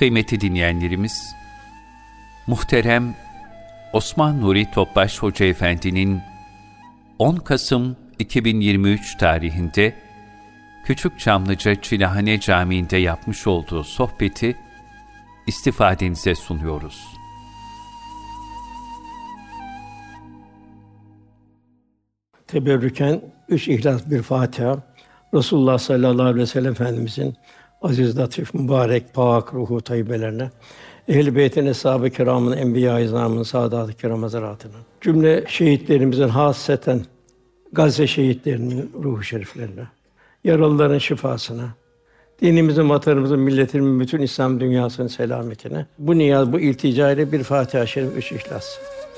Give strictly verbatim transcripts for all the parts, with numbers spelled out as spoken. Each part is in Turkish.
Kıymetli dinleyenlerimiz, muhterem Osman Nuri Topbaş Hoca Efendi'nin on Kasım iki bin yirmi üç tarihinde Küçükçamlıca Çilahane Camii'nde yapmış olduğu sohbeti istifadenize sunuyoruz. Teberrüken üç İhlas bir Fatiha, Resulullah sallallahu aleyhi ve sellem Efendimizin aziz, latif, mübarek, pak ruhu tayyibelerine, Ehl-i Beyt'in, Eshâb-ı Kirâm'ın, Enbiya-i İzâm'ın, Sâdât-ı Kirâm Hazretâtı'nın, cümle şehitlerimizin, hâsseten Gazze şehitlerinin ruhu şeriflerine, yaralıların şifasına, dinimizin, vatanımızın, milletimizin, bütün İslam dünyasının selametine, bu niyaz, bu iltica ile bir Fatiha-i Şerif, üç İhlas.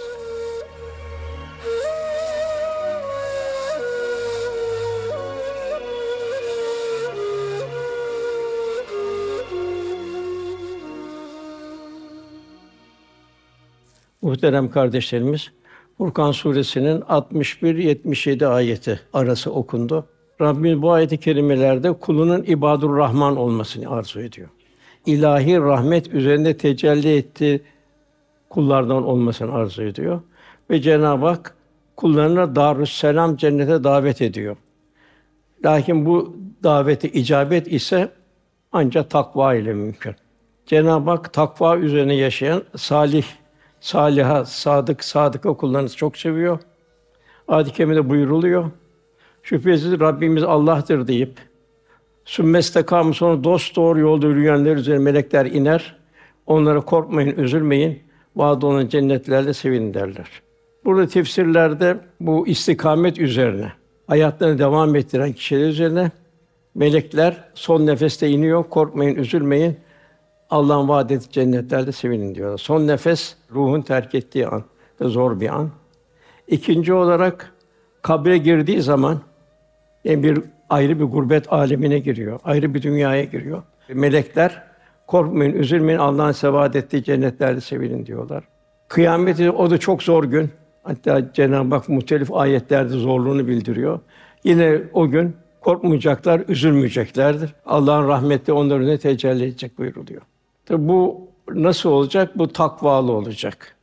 Muhterem kardeşlerimiz, Furkan Suresinin altmış bir yetmiş yedi ayeti arası okundu. Rabbimiz bu ayet-i kerimelerde kulunun ibadur Rahman olmasını arzu ediyor. İlahi rahmet üzerinde tecelli ettiği kullardan olmasını arzu ediyor ve Cenab-ı Hak kullarına Darüsselam cennete davet ediyor. Lakin bu davete icabet ise ancak takva ile mümkün. Cenab-ı Hak takva üzerine yaşayan salih, saliha, sadık, sadıka kullarını çok seviyor. Ayet-i kerimede buyuruluyor. Şüphesiz Rabbimiz Allah'tır deyip sümmestekâm, sonra dosdoğru yolda yürüyenler üzerine melekler iner. Onlara korkmayın, üzülmeyin. Vaad olunan cennetlerle sevinin derler. Burada tefsirlerde bu istikamet üzerine, hayatlarını devam ettiren kişiler üzerine melekler son nefeste iniyor. Korkmayın, üzülmeyin. Allah'ın vaad ettiği cennetlerde sevinin diyorlar. Son nefes ruhun terk ettiği an ve zor bir an. İkinci olarak kabre girdiği zaman yani bir ayrı bir gurbet alemine giriyor. Ayrı bir dünyaya giriyor. Melekler korkmayın, üzülmeyin. Allah'ın size vaad ettiği cennetlerde sevinin diyorlar. Kıyameti o da çok zor gün. Hatta Cenab-ı Hak muhtelif ayetlerde zorluğunu bildiriyor. Yine o gün korkmayacaklar, üzülmeyeceklerdir. Allah'ın rahmeti onların üzerine tecelli edecek buyuruluyor. Tabi bu nasıl olacak? Bu takvalı olacak.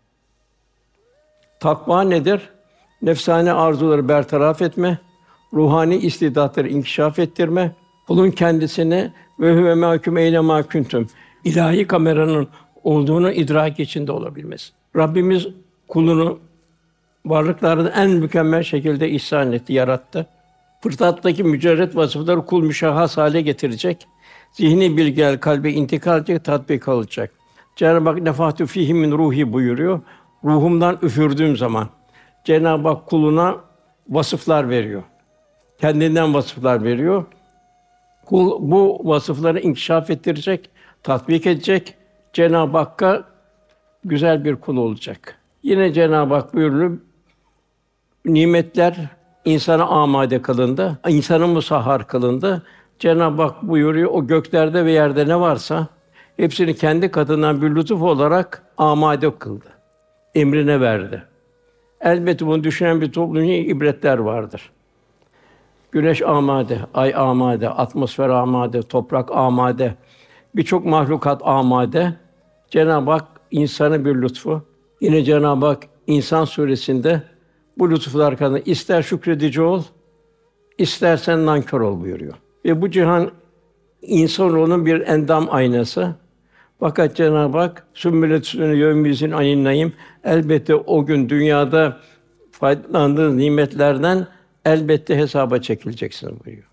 Takva nedir? Nefsani arzuları bertaraf etme, ruhani istidatları inkişaf ettirme, kulun kendisini ve huve mâkûm eyne mâ kuntum, ilahi kameranın olduğunu idrak içinde olabilmesi. Rabbimiz kulunu varlıklarını en mükemmel şekilde ihsan etti, yarattı. Fırtattaki mücerret vasıfları kul müşahhas hale getirecek. Zihni bilgiler kalbe intikal edecek, tatbik olacak. Cenab-ı Hak nefâhtü fîhî min ruhî buyuruyor. Ruhumdan üfürdüğüm zaman Cenab-ı Hak kuluna vasıflar veriyor. Kendinden vasıflar veriyor. Kul bu vasıfları inkişaf ettirecek, tatbik edecek. Cenab-ı Hakk'a güzel bir kul olacak. Yine Cenab-ı Hak buyuruyor. Nimetler insana amade kılındı, insana musahhar kılındı. Cenab-ı Hak buyuruyor, o göklerde ve yerde ne varsa hepsini kendi katından bir lütuf olarak amade kıldı. Emrine verdi. Elbette bunu düşünen bir toplum için ibretler vardır. Güneş amade, ay amade, atmosfer amade, toprak amade, birçok mahlukat amade. Cenab-ı Hak insana bir lütfu. Yine Cenab-ı Hak İnsan Sûresinde bu lütuflar karşısında ister şükredici ol, istersen nankör ol buyuruyor. Ve bu cihan insanoğlunun bir endam aynası. Fakat Cenab-ı Hak sümmületüsünü yevmizin aninayım, elbette o gün dünyada faydalandığınız nimetlerden elbette hesaba çekileceksiniz buyuruyor.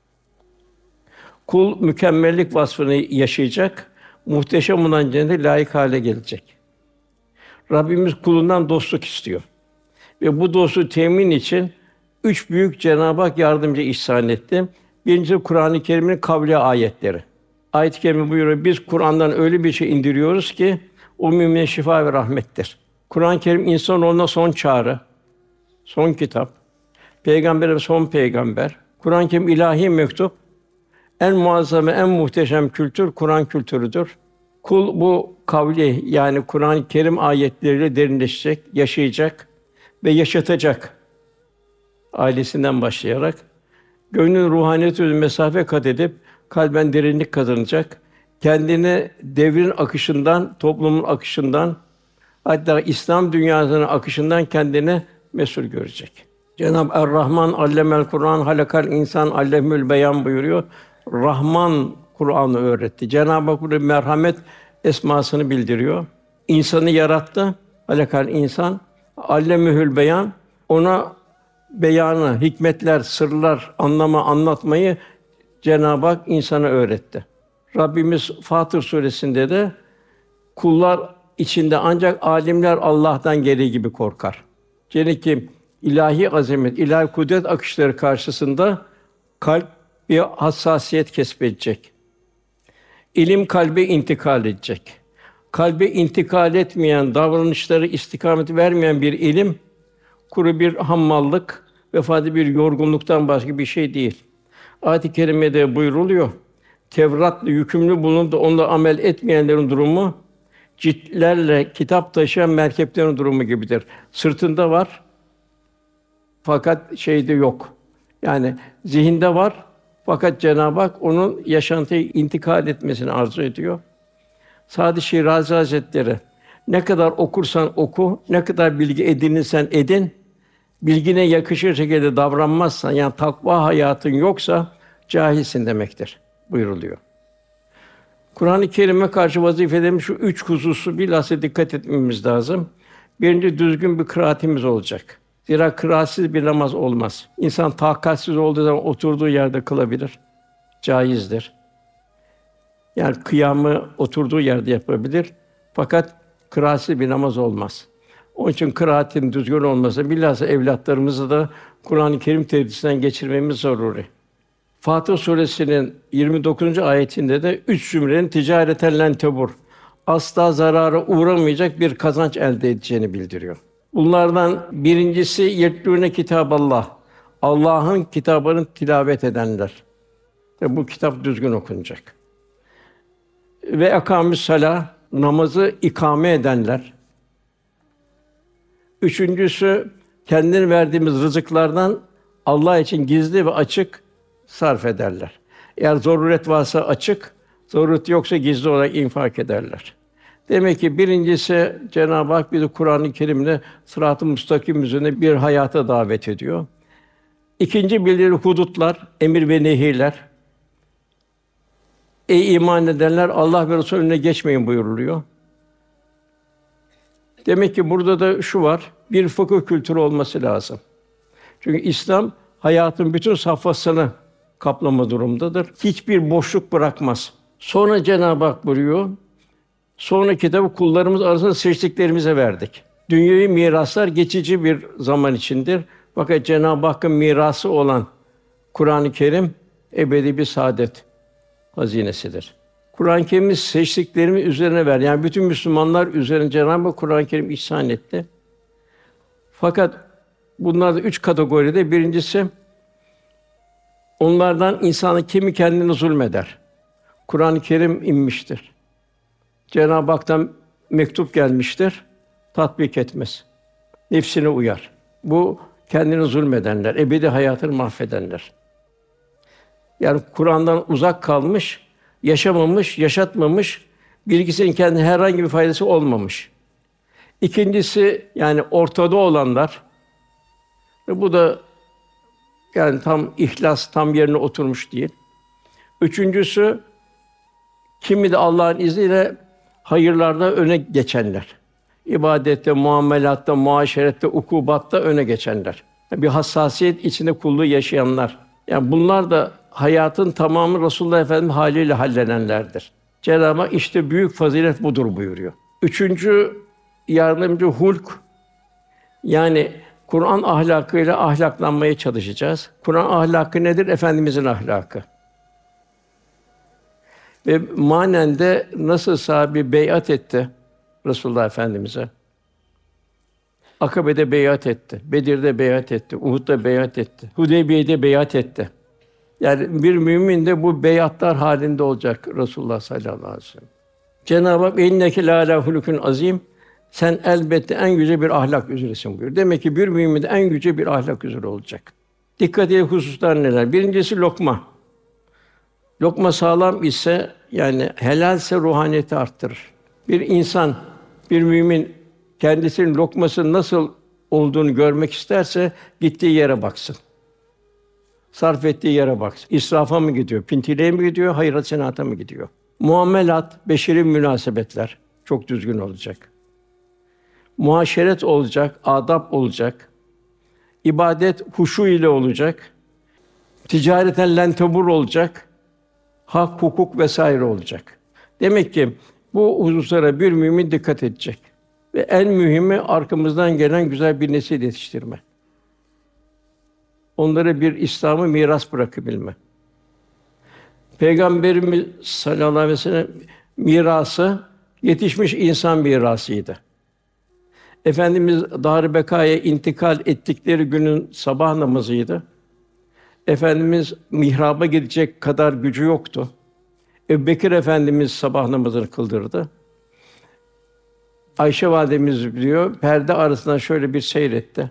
Kul mükemmellik vasfını yaşayacak, muhteşem olan cennete layık hale gelecek. Rabbimiz kulundan dostluk istiyor. Ve bu dostluğu temin için üç büyük Cenab-ı Hak yardımcı ihsan etti. Birincisi Kur'an-ı Kerim'in kavli ayetleri. Ayet-i kerime buyuruyor, biz Kur'an'dan öyle bir şey indiriyoruz ki o mümine şifa ve rahmettir. Kur'an-ı Kerim insanoğluna son çağrı, son kitap, Peygamber'e son peygamber. Kur'an-ı Kerim ilahi mektup. En muazzam ve en muhteşem kültür Kur'an kültürüdür. Kul bu kavli yani Kur'an-ı Kerim ayetleriyle derinleşecek, yaşayacak ve yaşatacak. Ailesinden başlayarak gönlün ruhaniyeti üzerine mesafe kat edip kalben derinlik kazanacak. kendini devrin akışından, toplumun akışından, hatta İslam dünyasının akışından kendini mesul görecek. Cenab-ı Er-Rahman allemel Kur'an halakal insan allemül beyan buyuruyor. Rahman Kur'an'ı öğretti. Cenab-ı Hak burada merhamet esmasını bildiriyor. İnsanı yarattı. Halakal insan allemühül beyan, ona beyanı, hikmetler, sırlar, anlama, anlatmayı Cenab-ı Hak insana öğretti. Rabbimiz Fatır suresinde de kullar içinde ancak alimler Allah'tan gereği gibi korkar. Cenab-ı ki ilahi azamet, ilahi kudret akışları karşısında kalp bir hassasiyet kesbedecek. İlim kalbe intikal edecek. Kalbe intikal etmeyen, davranışları istikamet vermeyen bir ilim, kuru bir hammallık, vefadi bir yorgunluktan başka bir şey değil. Ayet-i kerimede buyruluyor. Tevrat'la yükümlü bulunup da onunla amel etmeyenlerin durumu, ciltlerle kitap taşıyan merkeplerin durumu gibidir. Sırtında var, fakat şeyde yok. Yani zihinde var, fakat Cenab-ı Hak onun yaşantıya intikal etmesini arzu ediyor. Sâd-ı Şirazi Hazretleri, ne kadar okursan oku, ne kadar bilgi edinirsen edin, bilgine yakışır şekilde davranmazsan, yani takva hayatın yoksa cahilsin demektir buyuruluyor. Kur'an-ı Kerim'e karşı vazifelerimiz şu üç hususu bilhassa dikkat etmemiz lazım. Birinci, düzgün bir kıraatimiz olacak. Zira kıraatsiz bir namaz olmaz. İnsan takatsiz olduğu zaman oturduğu yerde kılabilir, caizdir. Yani kıyamı oturduğu yerde yapabilir. Fakat kıraatsiz bir namaz olmaz. Onun için kıraatin düzgün olması, bilhassa evlatlarımızı da Kur'an-ı Kerim tedrisinden geçirmemiz zaruri. Fatır Suresi'nin yirmi dokuzuncu ayetinde de üç zümrenin ticareten len tebur, asla zarara uğramayacak bir kazanç elde edeceğini bildiriyor. Bunlardan birincisi yetlûne kitâballah. Allah'ın kitabını tilavet edenler. Ve bu kitap düzgün okunacak. Ve ekâmü's salâh, namazı ikame edenler. Üçüncüsü, kendine verdiğimiz rızıklardan Allah için gizli ve açık sarf ederler. Eğer zaruret varsa açık, zaruret yoksa gizli olarak infak ederler. Demek ki birincisi Cenab-ı Hak bizi Kur'an-ı Kerim'le sırat-ı müstakim üzerine bir hayata davet ediyor. İkinci bildiri hudutlar, emir ve nehirler. Ey iman edenler, Allah ve Resulüne geçmeyin buyuruluyor. Demek ki burada da şu var, bir fıkıh kültürü olması lazım. Çünkü İslam hayatın bütün safhasını kaplama durumdadır. Hiçbir boşluk bırakmaz. Sonra Cenab-ı Hak buyuruyor, sonra kitabı kullarımız arasında seçtiklerimize verdik. Dünyevi miraslar geçici bir zaman içindir. Fakat Cenab-ı Hakk'ın mirası olan Kur'an-ı Kerim ebedi bir saadet hazinesidir. Kur'an-ı Kerim'i seçtiklerimiz üzerine ver. Yani bütün Müslümanlar üzerine Cenab-ı Hak Kur'an-ı Kerim ihsan etti. Fakat bunlar da üç kategoride. Birincisi, onlardan insanın kimi kendine zulmeder. Kur'an-ı Kerim inmiştir. Cenab-ı Hak'tan mektup gelmiştir, tatbik etmez. Nefsine uyar. Bu kendine zulmedenler, ebedi hayatını mahvedenler. Yani Kur'an'dan uzak kalmış, yaşamamış, yaşatmamış, bilgisinin kendine herhangi bir faydası olmamış. İkincisi, yani ortada olanlar, ve bu da yani tam ihlas, tam yerine oturmuş değil. Üçüncüsü, kimi de Allah'ın izniyle hayırlarda öne geçenler. İbadette, muamelatta, muaşerette, ukubatta öne geçenler. Bir hassasiyet içinde kulluğu yaşayanlar. Yani bunlar da hayatın tamamı Resulullah Efendimiz haliyle hallenenlerdir. Cenab-ı Hak işte büyük fazilet budur buyuruyor. Üçüncü yardımcı hulk, yani Kur'an ahlakıyla ahlaklanmaya çalışacağız. Kur'an ahlakı nedir? Efendimizin ahlakı. Ve manen de nasıl sahabe beyat etti Resulullah Efendimize. Akabe'de beyat etti, Bedir'de beyat etti, Uhud'da beyat etti, Hudeybiye'de beyat etti. Yani bir mümin de bu beyatlar halinde olacak Resulullah sallallahu aleyhi ve sellem. Cenab-ı Hak inneke lâlâ hulukun azîm. Sen elbette en yüce bir ahlak üzeresin buyuruyor. Demek ki bir mümin de en yüce bir ahlak üzere olacak. Dikkat edin hususlar neler? Birincisi lokma. Lokma sağlam ise yani helalse ruhaniyeti arttırır. Bir insan, bir mümin kendisinin lokmasının nasıl olduğunu görmek isterse gittiği yere baksın. Sarf ettiği yere baksın. İsrafa mı gidiyor, pintiliğe mi gidiyor, hayır hasenata mı gidiyor? Muamelat, beşeri münasebetler çok düzgün olacak. Muaşeret olacak, adab olacak. İbadet huşu ile olacak. Ticareten lentebur olacak. Hak, hukuk vesaire olacak. Demek ki bu hususlara bir mümin dikkat edecek. Ve en mühimi arkamızdan gelen güzel bir nesil yetiştirme. Onlara bir İslam'ı miras bırakabilme. Peygamberimiz sallallahu aleyhi ve sellem mirası yetişmiş insan mirasıydı. Efendimiz Dâr-ı Bekâya intikal ettikleri günün sabah namazıydı. Efendimiz mihraba gidecek kadar gücü yoktu. Ebubekir Efendimiz sabah namazını kıldırdı. Ayşe validemiz diyor, perde arasından şöyle bir seyretti.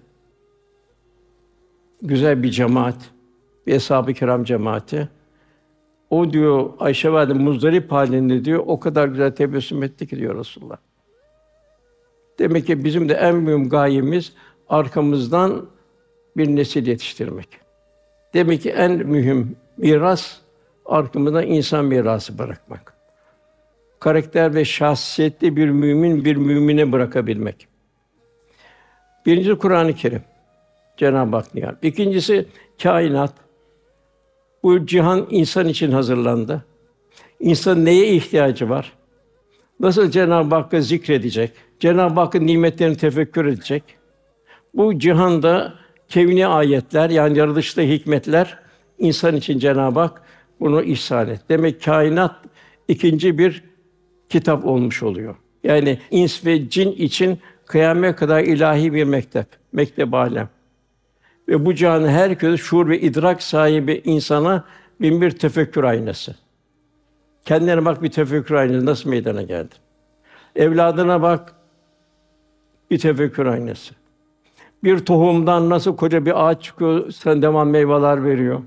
Güzel bir cemaat, bir eshab-ı kiram cemaati. O diyor Ayşe validem muzdarip halinde diyor, o kadar güzel tebessüm etti ki diyor Resulullah. Demek ki bizim de en mühim gayemiz arkamızdan bir nesil yetiştirmek. Demek ki en mühim miras arkamızdan insan mirası bırakmak. Karakter ve şahsiyetli bir mümin bir mümine bırakabilmek. Birincisi Kur'an-ı Kerim. Cenab-ı Hak niyaz. İkincisi kainat. Bu cihan insan için hazırlandı. İnsanın neye ihtiyacı var? Nasıl Cenab-ı Hakk'ı zikredecek? Cenab-ı Hakk'ın nimetlerini tefekkür edecek. Bu cihanda kevni ayetler yani yaratılışta hikmetler insan için Cenab-ı Hak bunu ihsan et. Demek kainat ikinci bir kitap olmuş oluyor. Yani ins ve cin için kıyamete kadar ilahi bir mektep, mektep-i alem. Ve bu cihanın herkes şuur ve idrak sahibi insana bin bir tefekkür aynası. Kendine bak bir tefekkür aynası nasıl meydana geldi? Evladına bak bir tefekkür aynası. Bir tohumdan nasıl koca bir ağaç çıkıyor, sana devam meyveler veriyor.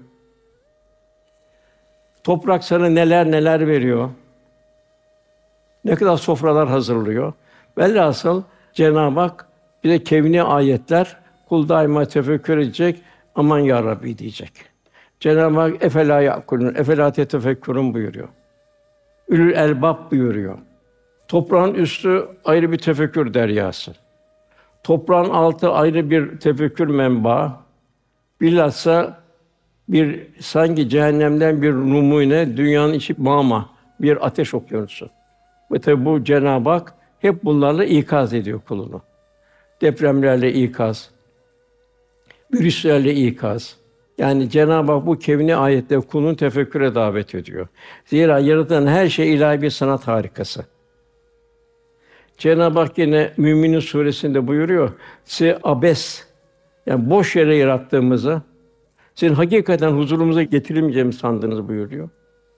Toprak sana neler neler veriyor. Ne kadar sofralar hazırlıyor. Velhasıl Cenab-ı Hak bize kevni ayetler kul daima tefekkür edecek, aman ya Rabbi diyecek. Cenab-ı Hak efela yakulun, efela tetefekkürün buyuruyor. Ülül elbab buyuruyor. Toprağın üstü ayrı bir tefekkür deryası. Toprağın altı ayrı bir tefekkür menbaı. Bilhassa bir sanki cehennemden bir numune, dünyanın içi mama, bir ateş okyanusu. Ve tabi bu Cenab-ı Hak hep bunlarla ikaz ediyor kulunu. Depremlerle ikaz, virüslerle ikaz. Yani Cenab-ı Hak bu kevni ayette kulunu tefekküre davet ediyor. Zira yaratılan her şey ilahi bir sanat harikası. Cenab-ı Hak yine Müminin suresinde buyuruyor. Size abes, yani boş yere yarattığımızı, sizin hakikaten huzurumuza getirilmeyeceğimi sandınız buyuruyor.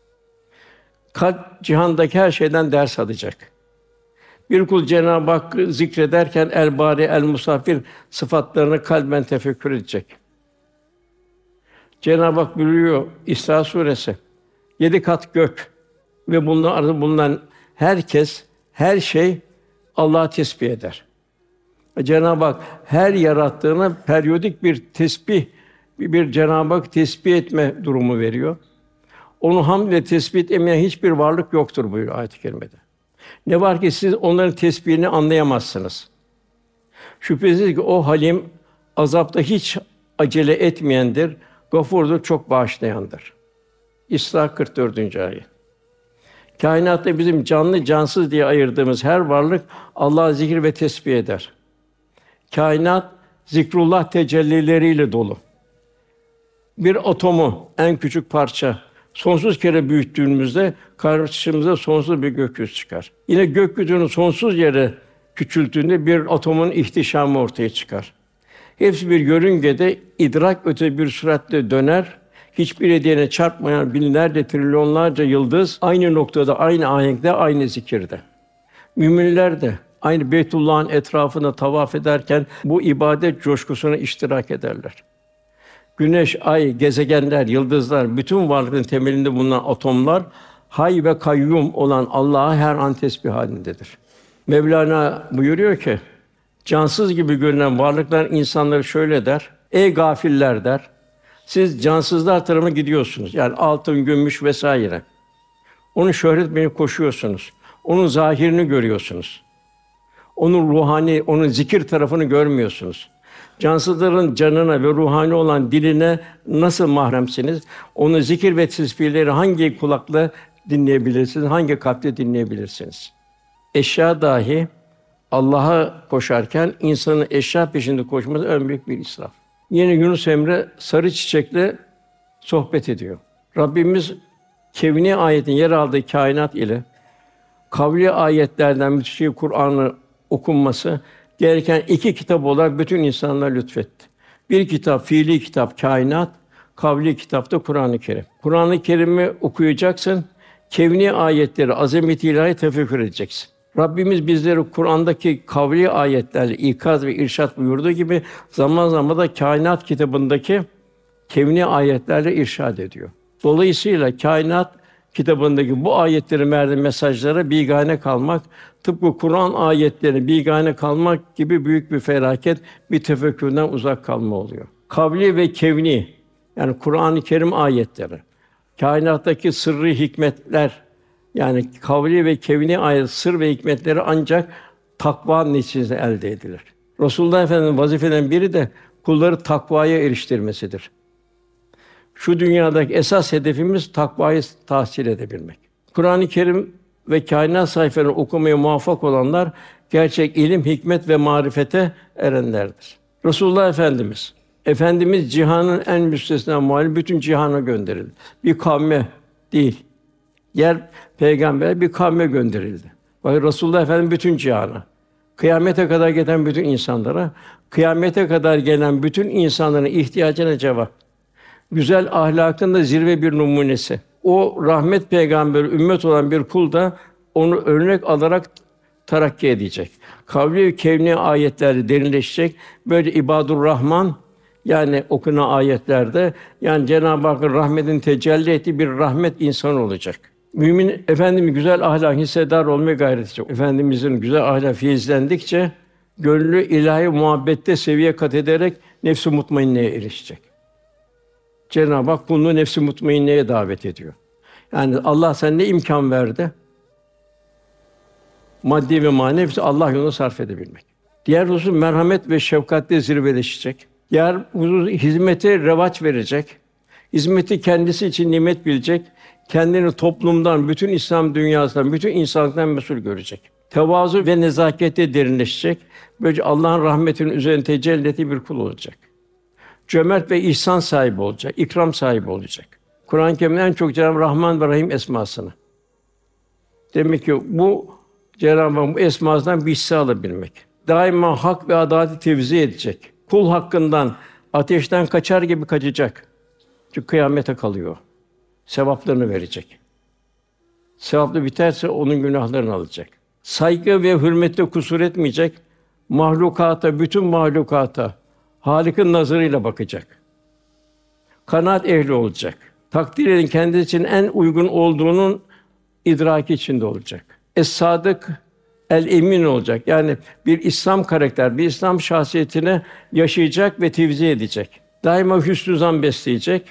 Kalp cihandaki her şeyden ders alacak. Bir kul Cenab-ı Hakk'ı zikrederken el-Bâri, el-Musavvir sıfatlarını kalben tefekkür edecek. Cenab-ı Hak buyuruyor İsra suresi. Yedi kat gök ve bunlar arasında bulunan herkes, her şey Allah'ı tesbih eder. Cenab-ı Hak her yarattığına periyodik bir tesbih, bir Cenab-ı Hak tesbih etme durumu veriyor. Onu hamd ile tesbih etmeyen hiçbir varlık yoktur buyuruyor ayet-i kerimede. Ne var ki siz onların tesbihini anlayamazsınız. Şüphesiz ki o Halim azapta hiç acele etmeyendir, Gafurdur, çok bağışlayandır. İsra kırk dördüncü ayet. Kainatta bizim canlı cansız diye ayırdığımız her varlık Allah'ı zikir ve tesbih eder. Kainat zikrullah tecellileriyle dolu. Bir atomu en küçük parça sonsuz kere büyüttüğümüzde karşımıza sonsuz bir gökyüzü çıkar. Yine gökyüzünün sonsuz yere küçülttüğünde bir atomun ihtişamı ortaya çıkar. Hepsi bir yörüngede idrak öte bir süratle döner. Hiçbir diğerine çarpmayan binlerce, trilyonlarca yıldız aynı noktada, aynı ahenkte, aynı zikirde. Müminler de aynı Beytullah'ın etrafında tavaf ederken bu ibadet coşkusuna iştirak ederler. Güneş, ay, gezegenler, yıldızlar, bütün varlığın temelinde bulunan atomlar Hay ve kayyum olan Allah'a her an tesbih halindedir. Mevlana buyuruyor ki, cansız gibi görünen varlıklar insanları şöyle der: Ey gafiller der, siz cansızlar tarafına gidiyorsunuz. Yani altın, gümüş vesaire. Onun şöhretine koşuyorsunuz. Onun zahirini görüyorsunuz. Onun ruhani, onun zikir tarafını görmüyorsunuz. Cansızların canına ve ruhani olan diline nasıl mahremsiniz? Onun zikir ve tesbihleri hangi kulakla dinleyebilirsiniz? Hangi kalple dinleyebilirsiniz? Eşya dahi Allah'a koşarken insanın eşya peşinde koşması en büyük bir israf. Yine Yunus Emre sarı çiçekle sohbet ediyor. Rabbimiz Kevni ayetin yer aldığı kainat ile kavli ayetlerden müthiş Kur'an'ı okunması gereken iki kitap olarak bütün insanlara lütfetti. Bir kitap fiili kitap kainat, kavli kitap da Kur'an-ı Kerim. Kur'an-ı Kerim'i okuyacaksın, kevni ayetleri azameti ilahi tefekkür edeceksin. Rabbimiz bizleri Kur'an'daki kavli ayetlerle ikaz ve irşad buyurduğu gibi zaman zaman da kainat kitabındaki kevni ayetlerle irşad ediyor. Dolayısıyla kainat kitabındaki bu ayetlerin verdiği mesajlara bigane kalmak, tıpkı Kur'an ayetleri bigane kalmak gibi büyük bir felaket, bir tefekkürden uzak kalma oluyor. Kavli ve kevni, yani Kur'an-ı Kerim ayetleri, kainattaki sırrı hikmetler, yani kavli ve kevni ayet sır ve hikmetleri ancak takva neticesinde elde edilir. Resulullah Efendimiz'in vazifelerinden biri de kulları takvaya eriştirmesidir. Şu dünyadaki esas hedefimiz takvayı tahsil edebilmek. Kur'an-ı Kerim ve kainat sayfalarını okumaya muvaffak olanlar gerçek ilim, hikmet ve marifete erenlerdir. Resulullah Efendimiz Efendimiz cihanın en müstesna muhalif bütün cihana gönderildi. Bir kavme değil. Yer peygamber bir kavme gönderildi. Bak Resulullah Efendimiz bütün cihana, kıyamete kadar gelen bütün insanlara, kıyamete kadar gelen bütün insanların ihtiyacına cevap. Güzel ahlakın da zirve bir numunesi. O rahmet peygamberi ümmet olan bir kul da onu örnek alarak terakki edecek. Kavli ve kevni ayetlerle derinleşecek. Böyle ibadur Rahman, yani okunan ayetlerde, yani Cenab-ı Hakk'ın rahmetin tecelli ettiği bir rahmet insanı olacak. Mümin efendimiz güzel ahlak hissedar olmaya gayret edecek. Efendimizin güzel ahlak filizlendikçe gönlü ilahi muhabbette seviye kat ederek nefs-i mutmainneye erişecek. Cenab-ı Hak kulunu nefs-i mutmainneye davet ediyor. Yani Allah sana ne imkan verdi? Maddi ve manevi Allah yolunda sarf edebilmek. Diğer husus merhamet ve şefkatle zirveleşecek. Diğer husus hizmete revaç verecek. Hizmeti kendisi için nimet bilecek. Kendini toplumdan, bütün İslam dünyasından, bütün insanlıktan mesul görecek. Tevazu ve nezakette derinleşecek. Böylece Allah'ın rahmetinin üzerine tecelli ettiği bir kul olacak. Cömert ve ihsan sahibi olacak, ikram sahibi olacak. Kur'an-ı Kerim'in en çok Cenab-ı Rahman ve Rahim esmasını. Demek ki bu Cenab-ı Hak bu esmasından bir hisse alabilmek. Daima hak ve adaleti tevzi edecek. Kul hakkından ateşten kaçar gibi kaçacak. Çünkü kıyamete kalıyor. Sevaplarını verecek. Sevaplı biterse onun günahlarını alacak. Saygı ve hürmette kusur etmeyecek. Mahlukata, bütün mahlukata Halık'ın nazarıyla bakacak. Kanaat ehli olacak. Takdirin kendisi için en uygun olduğunun idraki içinde olacak. Es-sadık, el-emin olacak. Yani bir İslam karakter, bir İslam şahsiyetini yaşayacak ve tevzi edecek. Daima hüsnü zan besleyecek.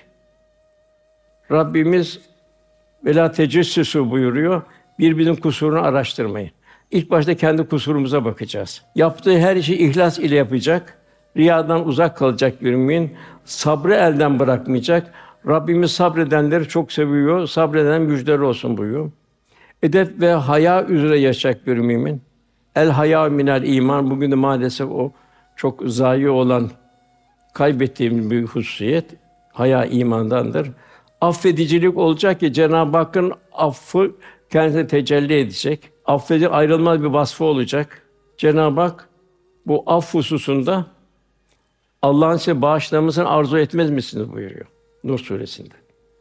Rabbimiz "Velâ tecessüsû" buyuruyor. Birbirinizin kusurunu araştırmayın. İlk başta kendi kusurumuza bakacağız. Yaptığı her işi ihlas ile yapacak. Riyadan uzak kalacak bir mümin. Sabrı elden bırakmayacak. Rabbimiz sabredenleri çok seviyor. Sabreden müjdeler olsun buyuruyor. Edep ve haya üzere yaşayacak bir mümin. El haya minel iman. Bugün de maalesef o çok zayi olan, kaybettiğimiz bir hususiyet. Haya imandandır. Affedicilik olacak ki Cenab-ı Hakk'ın affı kendisine tecelli edecek. Affedici ayrılmaz bir vasfı olacak. Cenab-ı Hak bu aff hususunda Allah'ın size bağışlamasını arzu etmez misiniz buyuruyor Nur suresinde.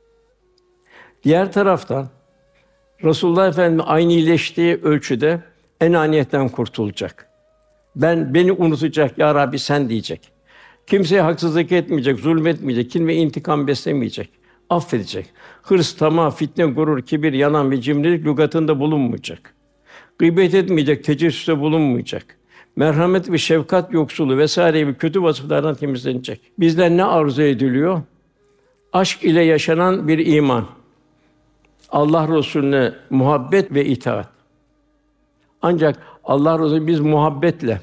Diğer taraftan Resulullah Efendimiz aynileştiği ölçüde enaniyetten kurtulacak. Ben beni unutacak ya Rabbi sen diyecek. Kimseye haksızlık etmeyecek, zulmetmeyecek, kin ve intikam beslemeyecek. affedecek. Hırs, tamah, fitne, gurur, kibir, yalan ve cimrilik lügatında bulunmayacak. Gıybet etmeyecek, tecessüste bulunmayacak. Merhamet ve şefkat yoksulu vesaire gibi kötü vasıflardan temizlenecek. Bizden ne arzu ediliyor? Aşk ile yaşanan bir iman. Allah Resulüne muhabbet ve itaat. Ancak Allah Resulü biz muhabbetle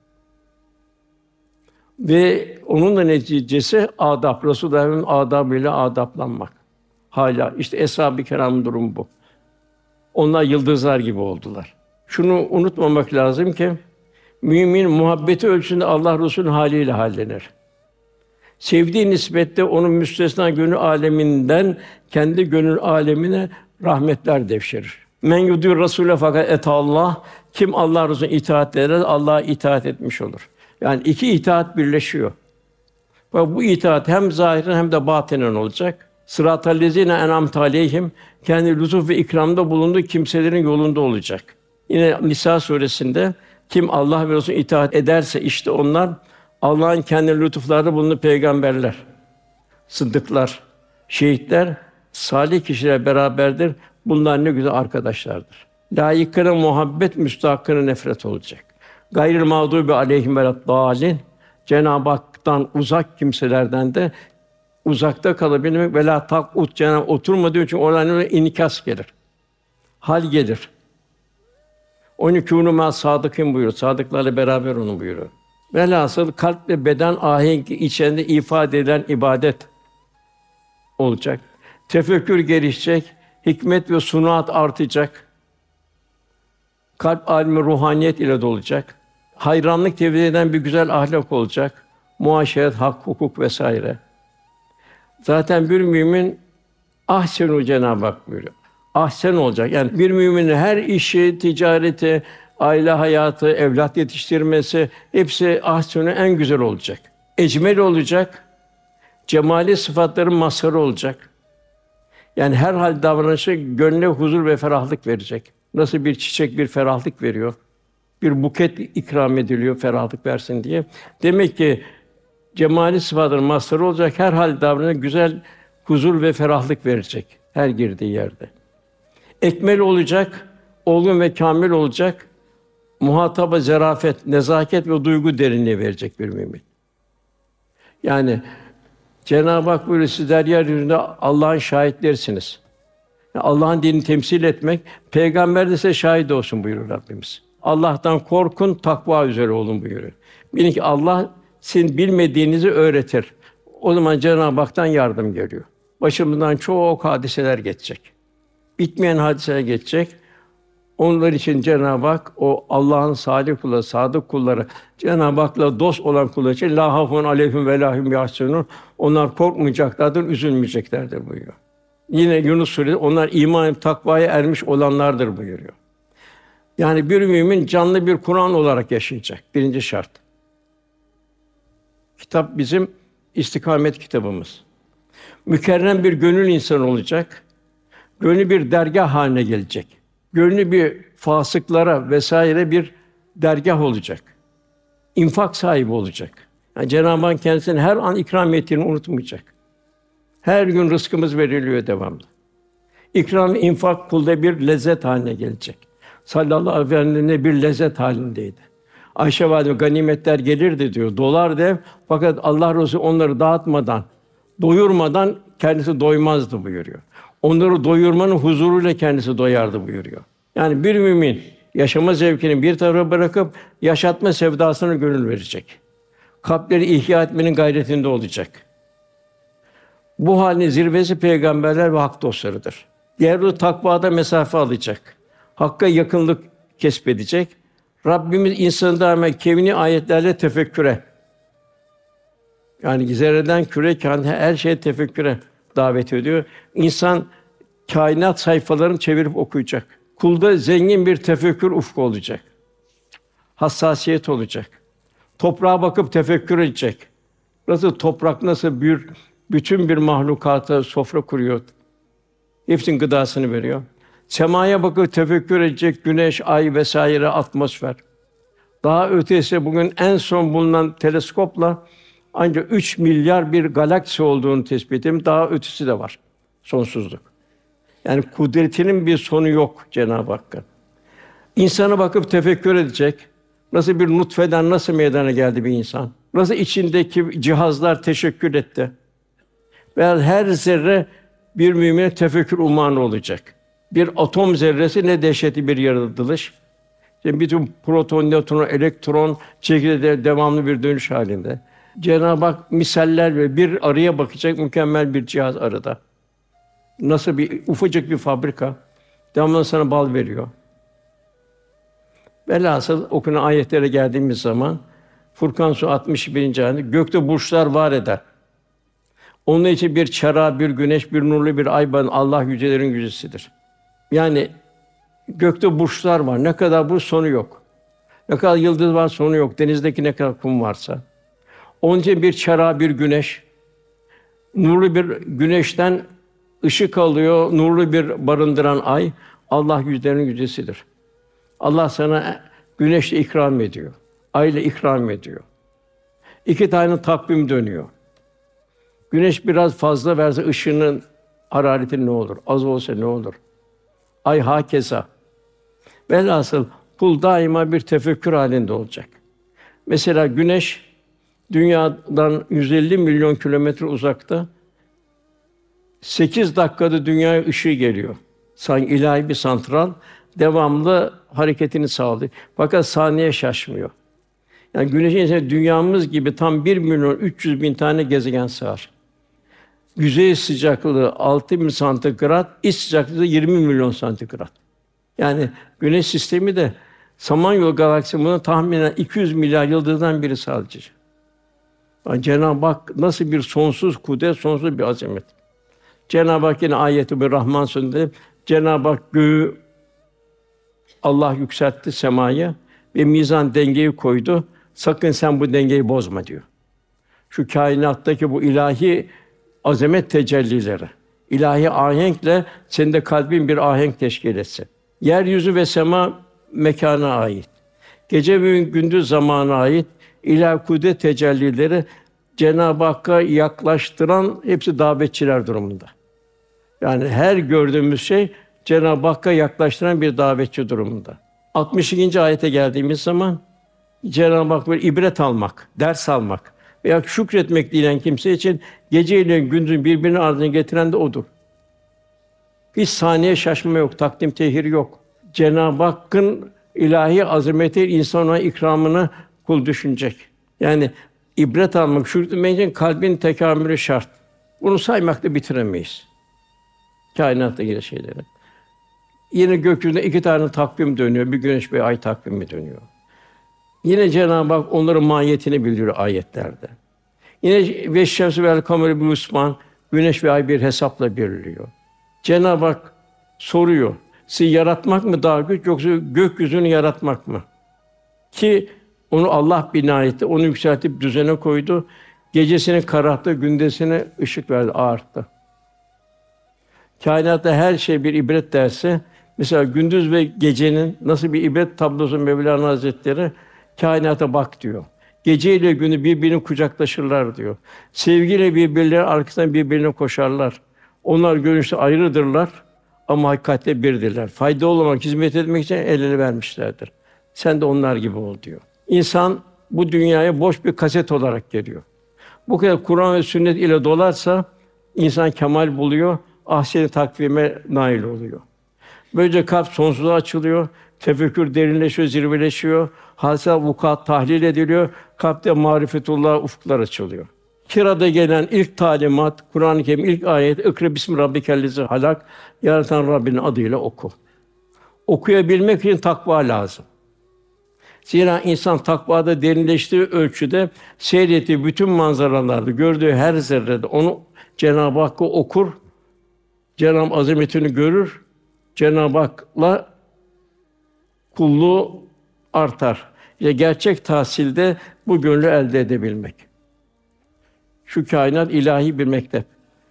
ve onun da neticesi adab, Resulullah'ın adabıyla adaplanmak. Hala işte Eshab-ı Kiram'ın durumu bu. Onlar yıldızlar gibi oldular. Şunu unutmamak lazım ki mümin muhabbeti ölçüsünde Allah Resulü'nün haliyle hallenir. Sevdiği nispette onun müstesna gönül aleminden kendi gönül alemine rahmetler devşirir. Men yudur Rasûle fakat et Allah, kim Allah Resulüne itaat eder, Allah'a itaat etmiş olur. Yani iki itaat birleşiyor. Ve bu itaat hem zahiren hem de batinen olacak. Sıratal lezîne en'amte aleyhim, kendi lütuf ve ikramda bulunduğu kimselerin yolunda olacak. Yine Nisa suresinde kim Allah ve Resulüne itaat ederse işte onlar Allah'ın kendi lütuflarda bulunduğu peygamberler, sıddıklar, şehitler, salih kişiler beraberdir. Bunlar ne güzel arkadaşlardır. Layıkına muhabbet, müstahakına nefret olacak. Gayril mağdûbi aleyhim veleddâlin. Cenab-ı Hak'tan uzak kimselerden de uzakta kalabilmek ve la tak'ud, Cenab-ı oturma diyor çünkü oradan inikas gelir. Hal gelir. Onun kûnû mâ sâdıkîn buyuruyor. Sadıklarla beraber onu buyuruyor. Velhasıl kalp ve beden ahengi içinde ifade edilen ibadet olacak. Tefekkür gelişecek, hikmet ve sunuat artacak. Kalp alemi ruhaniyet ile dolacak. Hayranlık tevdi eden bir güzel ahlak olacak. Muaşeret, hak, hukuk vesaire. Zaten bir mümin ahsenu Cenab-ı Hak buyuruyor. Ahsen olacak. Yani bir müminin her işi, ticareti, aile hayatı, evlat yetiştirmesi hepsi ahsenu en güzel olacak. Ecmel olacak. Cemali sıfatların mazharı olacak. Yani her hal davranışı gönle huzur ve ferahlık verecek. Nasıl bir çiçek bir ferahlık veriyor, bir buket ikram ediliyor ferahlık versin diye. Demek ki cemali sıfatların mazharı olacak, her hal davranışı güzel huzur ve ferahlık verecek her girdiği yerde. Ekmel olacak, olgun ve kâmil olacak. Muhataba zarafet, nezaket ve duygu derinliği verecek bir mümin. Yani Cenab-ı Hak buyuruyor, sizler yeryüzünde Allah'ın şahitlerisiniz. Yani Allah'ın dinini temsil etmek, peygamber de size şahit olsun buyuruyor Rabbimiz. Allah'tan korkun, takva üzere olun buyuruyor. Bilin ki Allah sizin bilmediğinizi öğretir. O zaman Cenab-ı Hak'tan yardım geliyor. Başımızdan çok hadiseler geçecek. Bitmeyen hadiseler geçecek. Onlar için Cenab-ı Hak o Allah'ın salih kulları, sadık kulları, Cenab-ı Hak'la dost olan kullar için la hafun aleyhim ve lahum yahsunun. Onlar korkmayacaklardır, üzülmeyeceklerdir buyuruyor. Yine Yunus Suresi onlar iman takvaya ermiş olanlardır buyuruyor. Yani bir mümin canlı bir Kur'an olarak yaşayacak. Birinci şart. Kitap bizim istikamet kitabımız. Mükerrem bir gönül insanı olacak. Gönlü bir dergâh haline gelecek. Gönlü bir fasıklara vesaire bir dergâh olacak. İnfak sahibi olacak. Yani Cenab-ı Hak kendisine her an ikram ettiğini unutmayacak. Her gün rızkımız veriliyor devamlı. İkram, infak kulda bir lezzet haline gelecek. Sallallahu aleyhi ve sellem bir lezzet halindeydi. Ayşe validemiz ganimetler gelirdi diyor, dolardı fakat Allah Resulü onları dağıtmadan, doyurmadan kendisi doymazdı buyuruyor. Onları doyurmanın huzuruyla kendisi doyardı buyuruyor. Yani bir mümin yaşama zevkini bir tarafa bırakıp yaşatma sevdasına gönül verecek. Kalpleri ihya etmenin gayretinde olacak. Bu halin zirvesi peygamberler ve hak dostlarıdır. Diğer takvada mesafe alacak. Hakka yakınlık kesbedecek. Rabbimiz insanı daima kevni ayetlerle tefekküre, yani zerreden küre kadar her şeye tefekküre davet ediyor. İnsan kainat sayfalarını çevirip okuyacak. Kulda zengin bir tefekkür ufku olacak. Hassasiyet olacak. Toprağa bakıp tefekkür edecek. Nasıl toprak nasıl bir bütün bir mahlukata sofra kuruyor. Hepsinin gıdasını veriyor. Semaya bakıp tefekkür edecek, güneş, ay vesaire, atmosfer. Daha ötesi bugün en son bulunan teleskopla ancak üç milyar bir galaksi olduğunu tespit ettim. Daha ötesi de var. Sonsuzluk. Yani kudretinin bir sonu yok Cenab-ı Hakk'ın. İnsana bakıp tefekkür edecek. Nasıl bir nutfeden nasıl meydana geldi bir insan? Nasıl içindeki cihazlar teşekkür etti? Ve her zerre bir mümine tefekkür ummanı olacak. Bir atom zerresi ne dehşetli bir yaratılış. İşte bütün proton, nötron, elektron çekirdeği devamlı bir dönüş halinde. Cenab-ı Hak misaller ve bir arıya bakacak mükemmel bir cihaz arıda. Nasıl bir ufacık bir fabrika devamlı sana bal veriyor. Velhasıl okunan ayetlere geldiğimiz zaman Furkan Suresi altmış birinci ayette gökte burçlar var eder. Onun için bir çera, bir güneş, bir nurlu bir ay var. Allah yücelerin yücesidir. Yani gökte burçlar var. Ne kadar bu sonu yok. Ne kadar yıldız var sonu yok. Denizdeki ne kadar kum varsa. Onun için bir çera, bir güneş, nurlu bir güneşten ışık alıyor, nurlu bir barındıran ay Allah yücelerin yücesidir. Allah sana güneşle ikram ediyor, ayla ikram ediyor. İki tane takvim dönüyor. Güneş biraz fazla verse ışığının harareti ne olur? Az olsa ne olur? Ay hakeza. Velhasıl kul daima bir tefekkür halinde olacak. Mesela güneş dünyadan yüz elli milyon kilometre uzakta. sekiz dakikada dünyaya ışığı geliyor. Sanki ilahi bir santral devamlı hareketini sağlıyor. Fakat saniye şaşmıyor. Yani güneşin içine dünyamız gibi tam bir milyon üç yüz bin tane gezegen sığar. Yüzey sıcaklığı altı bin santigrat, iç sıcaklığı yirmi milyon santigrat. Yani güneş sistemi de Samanyolu galaksisi buna tahminen iki yüz milyar yıldızdan biri sadece. Yani Cenab-ı Hak nasıl bir sonsuz kudret, sonsuz bir azamet. Cenab-ı Hak yine ayeti bir Rahman Suresi'nde Cenab-ı Hak göğü Allah yükseltti semaya ve mizan dengeyi koydu. Sakın sen bu dengeyi bozma diyor. Şu kainattaki bu ilahi azamet tecellileri, ilahi ahenkle senin de kalbin bir ahenk teşkil etsin. Yeryüzü ve sema mekâna ait. Gece ve gündüz zamana ait ilahi kudret tecellileri Cenab-ı Hakk'a yaklaştıran hepsi davetçiler durumunda. Yani her gördüğümüz şey Cenab-ı Hakk'a yaklaştıran bir davetçi durumunda. altmış ikinci ayete geldiğimiz zaman Cenab-ı Hak bir ibret almak, ders almak veya şükretmek diyen kimse için gece ile gündüzün birbirinin ardına getiren de odur. Hiç saniye şaşma yok, takdim tehir yok. Cenab-ı Hakk'ın ilahi azameti insana ikramını kul düşünecek. Yani ibret almak, şükretmek için kalbin tekamülü şart. Bunu saymakla bitiremeyiz. Kainatta ilgili şeyleri. Yine gökyüzünde iki tane takvim dönüyor. Bir güneş ve ay takvimi dönüyor. Yine Cenab-ı Hak onların mahiyetini bildiriyor ayetlerde. Yine ve şemsi vel kameru bi husban, güneş ve ay bir hesapla belirliyor. Cenab-ı Hak soruyor. Sizi yaratmak mı daha güç yoksa gökyüzünü yaratmak mı? Ki onu Allah bina etti, onu yükseltip düzene koydu. Gecesini kararttı, gündüzüne ışık verdi, ağarttı. Kainatta her şey bir ibret dersi. Mesela gündüz ve gecenin nasıl bir ibret tablosu Mevlana Hazretleri kainata bak diyor. Gece ile günü birbirini kucaklaşırlar diyor. Sevgiyle birbirleri arkasından birbirine koşarlar. Onlar görünüşte ayrıdırlar ama hakikatte birdirler. Fayda olmak, hizmet etmek için el ele vermişlerdir. Sen de onlar gibi ol diyor. İnsan bu dünyaya boş bir kaset olarak geliyor. Bu kadar Kur'an ve sünnet ile dolarsa insan kemal buluyor, ahsen-i takvime nail oluyor. Böylece kalp sonsuza açılıyor, tefekkür derinleşiyor, zirveleşiyor, hadise vukuat tahlil ediliyor, kalpte marifetullah ufuklar açılıyor. Kira'da gelen ilk talimat, Kur'an-ı Kerim ilk ayet "İkra bismi rabbikellezî halak", yaratan Rabbinin adıyla oku. Okuyabilmek için takva lazım. Zira insan takvada derinleştiği ölçüde seyrettiği bütün manzaralarda, gördüğü her zerrede onu Cenab-ı Hakk'ı okur, Cenab-ı azametini görür, Cenab-ı Hak'la kulluğu artar. İşte gerçek tahsilde bu gönlü elde edebilmek. Şu kainat ilahi bir mektep.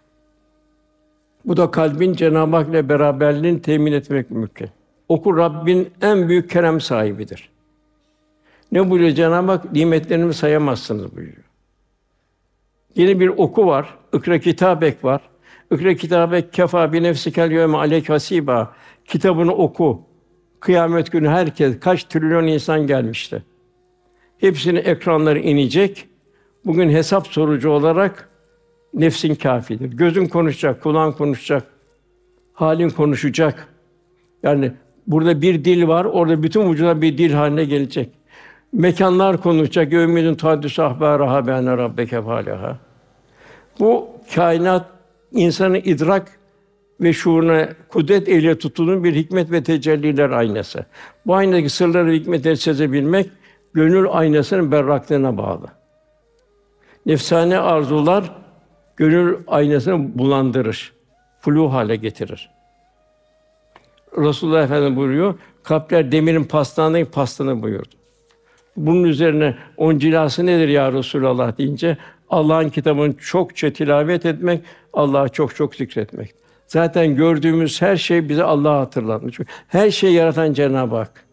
Bu da kalbin Cenab-ı Hak ile beraberliğini temin etmek mümkün. Oku Rabbin en büyük kerem sahibidir. Ne buyuruyor Cenab-ı Hak? Nimetlerimi sayamazsınız buyuruyor. Yine bir oku var, ikra kitabek var. İkra kitabe kefa bi nefsikel yevme aleyke hasiba. Kitabını oku. Kıyamet günü herkes, kaç trilyon insan gelmişti. Hepsinin ekranları inecek. Bugün hesap sorucu olarak nefsin kâfidir. Gözün konuşacak, kulağın konuşacak, halin konuşacak. Yani burada bir dil var, orada bütün vücuda bir dil haline gelecek. Mekanlar konuşacak. Yevmidin tuhaddisü ahbâraha be'enne rabbeke fâleha. Bu kainat insanın idrak ve şuuruna kudret eliyle tutulun bir hikmet ve tecelliler aynası. Bu aynadaki sırları ve hikmetleri sezebilmek gönül aynasının berraklığına bağlı. Nefsani arzular gönül aynasını bulandırır, flu hale getirir. Resulullah Efendimiz buyuruyor, kalpler demirin paslandığı paslanır buyurdu. Bunun üzerine on cilası nedir ya Resulallah deyince Allah'ın kitabını çokça tilavet etmek, Allah'ı çok çok zikretmek. Zaten gördüğümüz her şey bize Allah'ı hatırlatır. Çünkü her şeyi yaratan Cenab-ı Hak.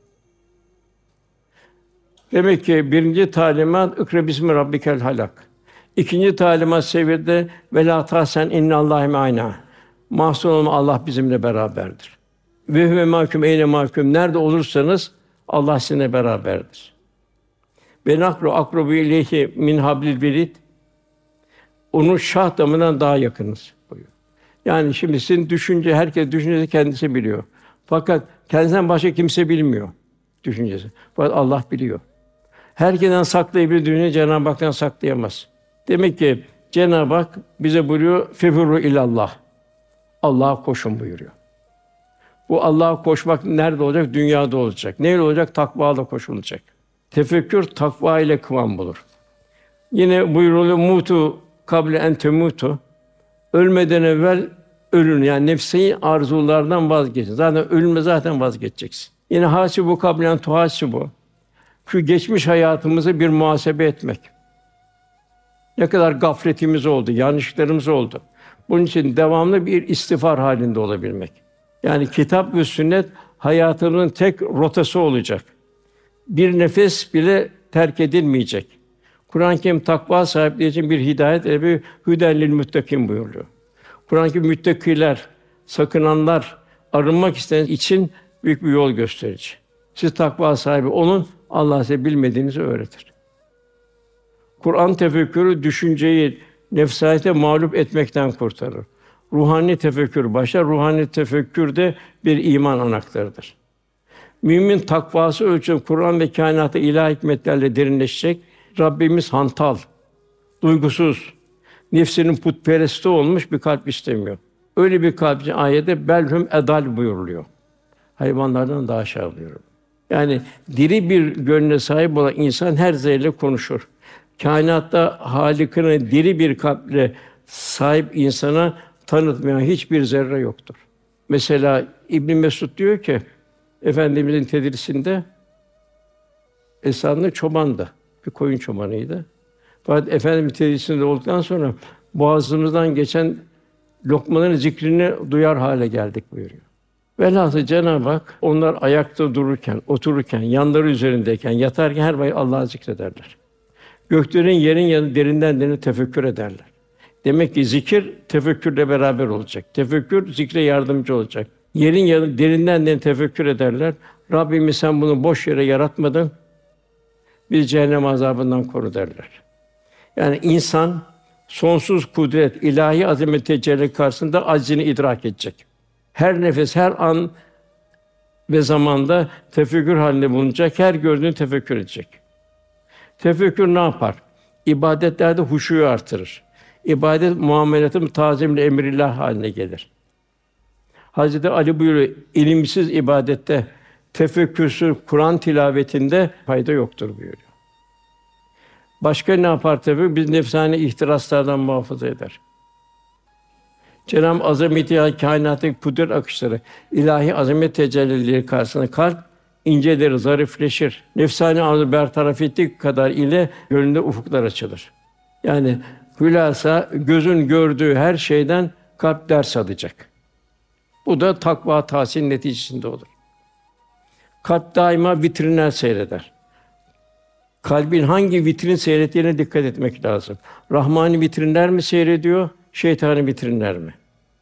Demek ki birinci talimat ikra bismi rabbikel halak. İkinci talimat sevirde ve la tahsen innallâhe me'ana. Mahzun olma, Allah bizimle beraberdir. Ve huve mahkum eyne mahkum. Nerede olursanız Allah sizinle beraberdir. Ve nahru akrabu ileyhi min hablil verid. Onun şah damından daha yakınız buyuruyor. Yani şimdi sizin düşünce, herkes düşüncesi kendisi biliyor. Fakat kendisinden başka kimse bilmiyor düşüncesi. Fakat Allah biliyor. Herkesten saklayabilir dünya, Cenab-ı Hak'tan saklayamaz. Demek ki Cenab-ı Hak bize buyuruyor, fefirru ilallah. Allah'a koşun buyuruyor. Bu Allah'a koşmak nerede olacak? Dünyada olacak. Neyle olacak? Takvayla koşulacak. Tefekkür takva ile kıvam bulur. Yine buyuruluyor, mutu kable en temutu. Ölmeden evvel ölün. Yani nefsi arzulardan vazgeçin. Zaten ölüme zaten vazgeçeceksin. Yine hasibu kable en tuhasibu. Şu geçmiş hayatımızı bir muhasebe etmek. Ne kadar gafletimiz oldu, yanlışlıklarımız oldu. Bunun için devamlı bir istiğfar halinde olabilmek. Yani kitap ve sünnet hayatımızın tek rotası olacak. Bir nefes bile terk edilmeyecek. Kur'an-ı Kerim takva sahipleri için bir hidayet ve hüden lil muttakin buyuruyor. Kur'an-ı Kerim müttakiler, sakınanlar, arınmak isteyen için büyük bir yol gösterici. Siz takva sahibi olun, Allah size bilmediğinizi öğretir. Kur'an tefekkürü düşünceyi nefsaniyete mağlup etmekten kurtarır. Ruhani tefekkür başlar. Ruhani tefekkür de bir iman anahtarıdır. Mümin takvası ölçüsünde Kur'an ve kainatta ilahi hikmetlerle derinleşecek. Rabbimiz hantal, duygusuz, nefsinin putperesti olmuş bir kalp istemiyor. Öyle bir kalp için ayette belhum edal buyuruluyor. Hayvanlardan daha aşağı buyuruyor. Yani diri bir gönle sahip olan insan her zerre konuşur. Kainatta Halik'ine diri bir kalple sahip insana tanıtmayan hiçbir zerre yoktur. Mesela İbn Mesud diyor ki Efendimizin tedrisinde esasında çobandı. Bir koyun çobanıydı. Fakat Efendimiz tedrisinde olduktan sonra boğazımızdan geçen lokmaların zikrini duyar hale geldik buyuruyor. Velhâsıl Cenab-ı Hak onlar ayakta dururken, otururken, yanları üzerindeyken, yatarken her vakit Allah'ı zikrederler. Göklerin, yerin yanı derinden derine tefekkür ederler. Demek ki zikir tefekkürle beraber olacak. Tefekkür zikre yardımcı olacak. Yerin yanı derinden derine tefekkür ederler. Rabbimiz sen bunu boş yere yaratmadın. Biz cehennem azabından koru derler. Yani insan sonsuz kudret, ilahi azamet tecelli karşısında aczini idrak edecek. Her nefes, her an ve zamanda tefekkür halinde bulunacak. Her gördüğünü tefekkür edecek. Tefekkür ne yapar? İbadetlerde huşuyu artırır. İbadet muamelatı tazimle emrillah haline gelir. Hazreti Ali buyuruyor, ilimsiz ibadette, tefekkürsüz Kur'an tilavetinde fayda yoktur buyuruyor. Başka ne yapar tabii? Biz nefsani ihtiraslardan muhafaza eder. Cenab-ı azameti kainattaki kudret akışları, ilahi azamet tecellileri karşısında kalp incelir, zarifleşir. Nefsani arzu bertaraf ettiği kadar ile gönlünde ufuklar açılır. Yani hülasa gözün gördüğü her şeyden kalp ders alacak. Bu da takva tahsil neticesinde olur. Kalp daima vitrinler seyreder. Kalbin hangi vitrin seyrettiğine dikkat etmek lazım. Rahmani vitrinler mi seyrediyor, şeytani vitrinler mi?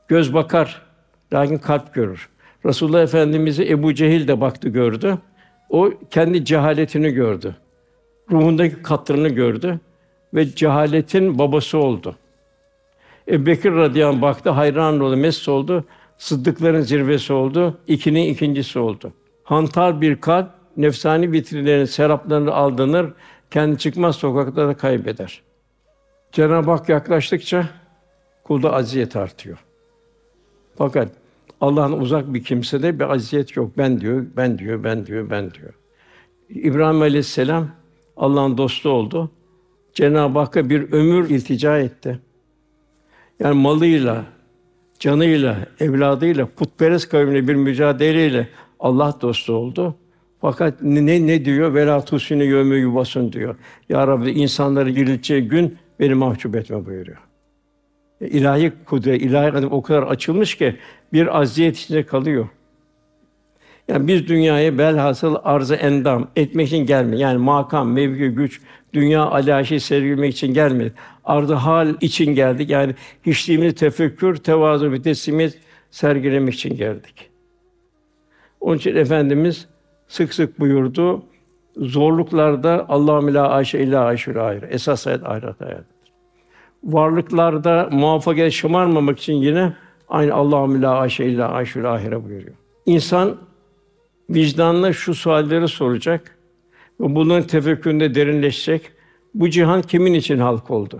Göz bakar, lakin kalp görür. Resulullah Efendimiz'i Ebu Cehil de baktı, gördü. O kendi cehaletini gördü. Ruhundaki katırını gördü ve cehaletin babası oldu. Ebubekir radıyallahu anh baktı, hayran oldu, mest oldu. Sıddıkların zirvesi oldu, ikinin ikincisi oldu. Hantal bir kalp, nefsani vitrinlerin seraplarını aldanır, kendi çıkmaz sokaklarda kaybeder. Cenab-ı Hak yaklaştıkça kulda aziyet artıyor. Fakat Allah'ın uzak bir kimsede bir aziyet yok. Ben diyor, ben diyor, ben diyor, ben diyor. İbrahim Aleyhisselam Allah'ın dostu oldu. Cenab-ı Hakk'a bir ömür iltica etti. Yani malıyla, canıyla, evladıyla, putperest kavmine bir mücadeleyle Allah dostu oldu. Fakat ne ne diyor? Velâ tusînî yevme yub'asûn diyor. Ya Rabbi, insanları dirilteceği gün beni mahcup etme buyuruyor. İlahi kudret, ilahi kadem o kadar açılmış ki bir aziyet içinde kalıyor. Yani biz dünyaya belhasıl arz-ı endam etmek için gelmedik. Yani makam, mevki, güç, dünya alaşi sergilemek için gelmedik. Arz-ı hal için geldik. Yani hiçliğimizi tefekkür, tevazu ve teslimiyet sergilemek için geldik. Onun için Efendimiz sık sık buyurdu. Zorluklarda Allahümme lâ âişe illâ âişül âhir. Esas hayat ahiret hayatıdır. Varlıklarda muvaffakiyet şımarmamak için yine aynı Allahümme lâ âişe illâ âişül âhire buyuruyor. İnsan vicdanına şu sualleri soracak ve bunların tefekküründe derinleşecek. Bu cihan kimin için halk oldu?